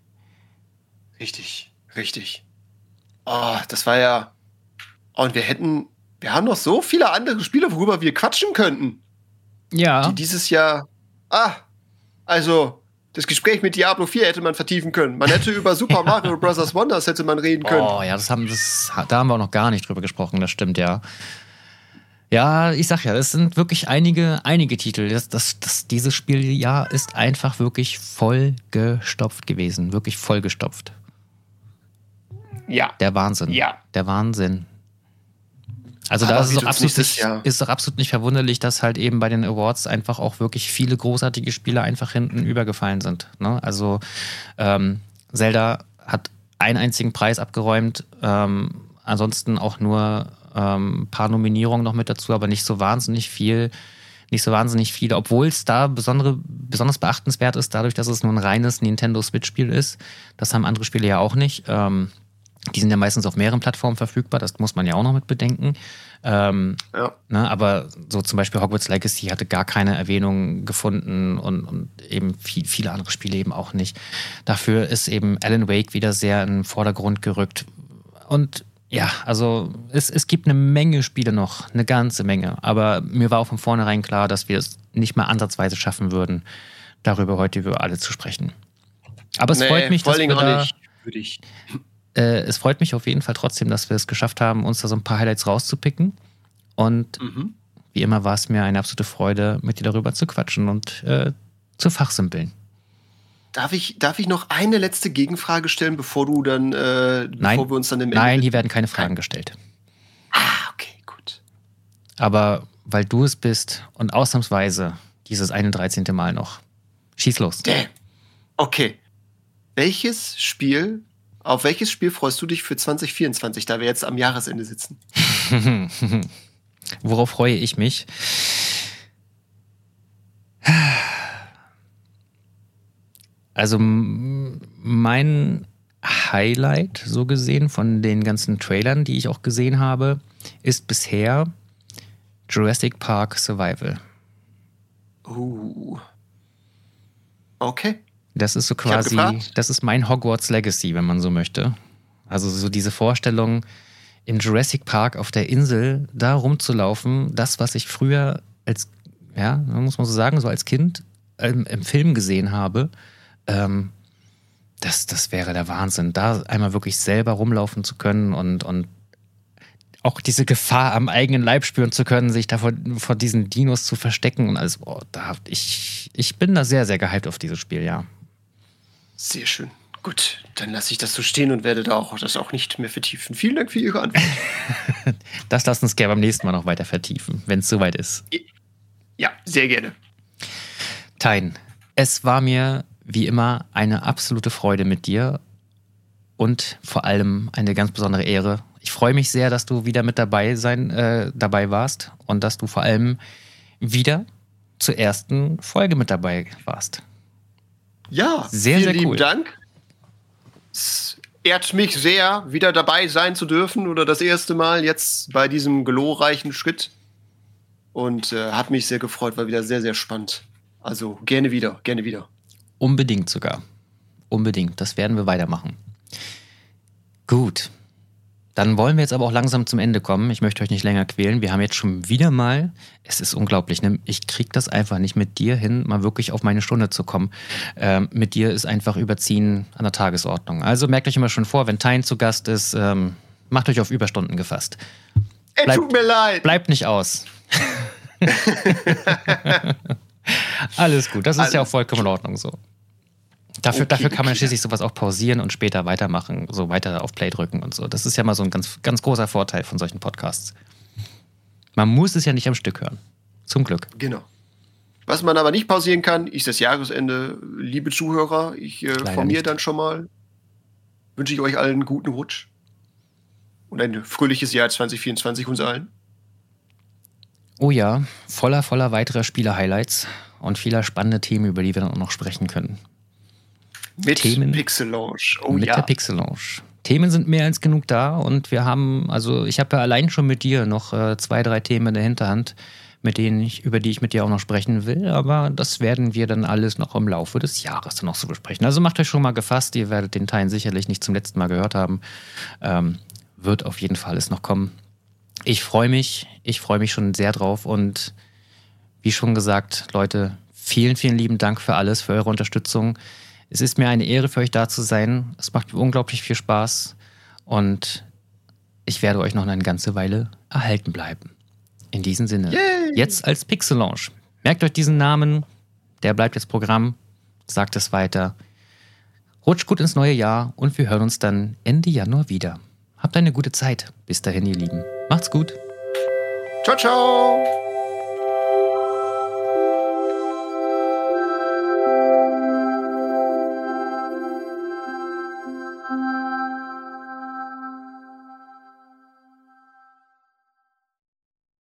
Richtig, richtig. Oh, das war ja... Und wir hätten... Wir haben noch so viele andere Spiele, worüber wir quatschen könnten. Ja. Die dieses Jahr... Ah, also... Das Gespräch mit Diablo vier hätte man vertiefen können. Man hätte über Super Mario Bros. Wonders hätte man reden können. Oh ja, das haben, das, da haben wir auch noch gar nicht drüber gesprochen, das stimmt, ja. Ja, ich sag ja, es sind wirklich einige, einige Titel. Das, das, das, dieses Spieljahr ist einfach wirklich vollgestopft gewesen. Wirklich vollgestopft. Ja. Der Wahnsinn. Ja. Der Wahnsinn. Also da ist es, auch absolut nicht, ist doch absolut nicht verwunderlich, dass halt eben bei den Awards einfach auch wirklich viele großartige Spiele einfach hinten übergefallen sind. Ne? Also ähm, Zelda hat einen einzigen Preis abgeräumt, ähm, ansonsten auch nur ähm, ein paar Nominierungen noch mit dazu, aber nicht so wahnsinnig viel, nicht so wahnsinnig viele, obwohl es da besondere, besonders beachtenswert ist, dadurch, dass es nur ein reines Nintendo Switch-Spiel ist. Das haben andere Spiele ja auch nicht. Ähm, Die sind ja meistens auf mehreren Plattformen verfügbar, das muss man ja auch noch mit bedenken. Ähm, ja. ne, aber so zum Beispiel Hogwarts Legacy hatte gar keine Erwähnung gefunden und, und eben viel, viele andere Spiele eben auch nicht. Dafür ist eben Alan Wake wieder sehr in den Vordergrund gerückt. Und ja, also es, es gibt eine Menge Spiele noch, eine ganze Menge. Aber mir war auch von vornherein klar, dass wir es nicht mal ansatzweise schaffen würden, darüber heute über alle zu sprechen. Aber es nee, freut mich, dass wir da... Nicht für dich. Es freut mich auf jeden Fall trotzdem, dass wir es geschafft haben, uns da so ein paar Highlights rauszupicken. Und mhm. wie immer war es mir eine absolute Freude, mit dir darüber zu quatschen und äh, zu fachsimpeln. Darf ich, darf ich noch eine letzte Gegenfrage stellen, bevor du dann, äh, Nein. bevor wir uns dann im Nein, hier werden keine Fragen gestellt. Ah, okay, gut. Aber weil du es bist und ausnahmsweise dieses einunddreißigste Mal noch, schieß los. Damn. Okay. Welches Spiel Auf welches Spiel freust du dich für zwanzig vierundzwanzig, da wir jetzt am Jahresende sitzen? Worauf freue ich mich? Also mein Highlight, so gesehen, von den ganzen Trailern, die ich auch gesehen habe, ist bisher Jurassic Park Survival. Uh. Okay. Das ist so quasi, das ist mein Hogwarts Legacy, wenn man so möchte. Also so diese Vorstellung, in Jurassic Park auf der Insel da rumzulaufen, das, was ich früher als, ja, muss man so sagen, so als Kind ähm, im Film gesehen habe, ähm, das, das wäre der Wahnsinn. Da einmal wirklich selber rumlaufen zu können und, und auch diese Gefahr am eigenen Leib spüren zu können, sich da vor, vor diesen Dinos zu verstecken und alles. Boah, da, ich, ich bin da sehr, sehr gehypt auf dieses Spiel, ja. Sehr schön. Gut, dann lasse ich das so stehen und werde da auch das auch nicht mehr vertiefen. Vielen Dank für Ihre Antwort. Das lassen uns gerne beim nächsten Mal noch weiter vertiefen, wenn es soweit ist. Ja, sehr gerne. Tein, es war mir wie immer eine absolute Freude mit dir und vor allem eine ganz besondere Ehre. Ich freue mich sehr, dass du wieder mit dabei sein, äh, dabei warst und dass du vor allem wieder zur ersten Folge mit dabei warst. Ja, sehr, vielen sehr lieben cool. Dank. Es ehrt mich sehr, wieder dabei sein zu dürfen oder das erste Mal jetzt bei diesem glorreichen Schritt. Und äh, hat mich sehr gefreut, war wieder sehr, sehr spannend. Also gerne wieder, gerne wieder. Unbedingt sogar. Unbedingt. Das werden wir weitermachen. Gut. Dann wollen wir jetzt aber auch langsam zum Ende kommen. Ich möchte euch nicht länger quälen. Wir haben jetzt schon wieder mal, es ist unglaublich, ne? Ich kriege das einfach nicht mit dir hin, mal wirklich auf meine Stunde zu kommen. Ähm, mit dir ist einfach Überziehen an der Tagesordnung. Also merkt euch immer schon vor, wenn Tein zu Gast ist, ähm, macht euch auf Überstunden gefasst. Es tut mir leid. Bleibt nicht aus. Alles gut, das ist Alles. ja auch vollkommen in Ordnung so. Dafür, Okay, dafür kann man okay. schließlich sowas auch pausieren und später weitermachen, so weiter auf Play drücken und so. Das ist ja mal so ein ganz, ganz großer Vorteil von solchen Podcasts. Man muss es ja nicht am Stück hören. Zum Glück. Genau. Was man aber nicht pausieren kann, ist das Jahresende. Liebe Zuhörer, ich äh, Leider von mir nicht. dann schon mal wünsche ich euch allen einen guten Rutsch und ein fröhliches Jahr zwanzig vierundzwanzig uns allen. Oh ja, voller, voller weiterer Spiele-Highlights und vieler spannende Themen, über die wir dann auch noch sprechen können. Mit Themen- Pixel Launch. Oh mit ja. der Pixel Lounge. Themen sind mehr als genug da und wir haben, also ich habe ja allein schon mit dir noch äh, zwei, drei Themen in der Hinterhand, mit denen ich, über die ich mit dir auch noch sprechen will, aber das werden wir dann alles noch im Laufe des Jahres dann noch so besprechen. Also macht euch schon mal gefasst, ihr werdet den Teil sicherlich nicht zum letzten Mal gehört haben. Ähm, wird auf jeden Fall es noch kommen. Ich freue mich, ich freue mich schon sehr drauf und wie schon gesagt, Leute, vielen, vielen lieben Dank für alles, für eure Unterstützung. Es ist mir eine Ehre, für euch da zu sein. Es macht mir unglaublich viel Spaß und ich werde euch noch eine ganze Weile erhalten bleiben. In diesem Sinne, Yay! jetzt als Pixel Launch. Merkt euch diesen Namen, der bleibt jetzt Programm, sagt es weiter. Rutscht gut ins neue Jahr und wir hören uns dann Ende Januar wieder. Habt eine gute Zeit. Bis dahin, ihr Lieben. Macht's gut. Ciao, ciao.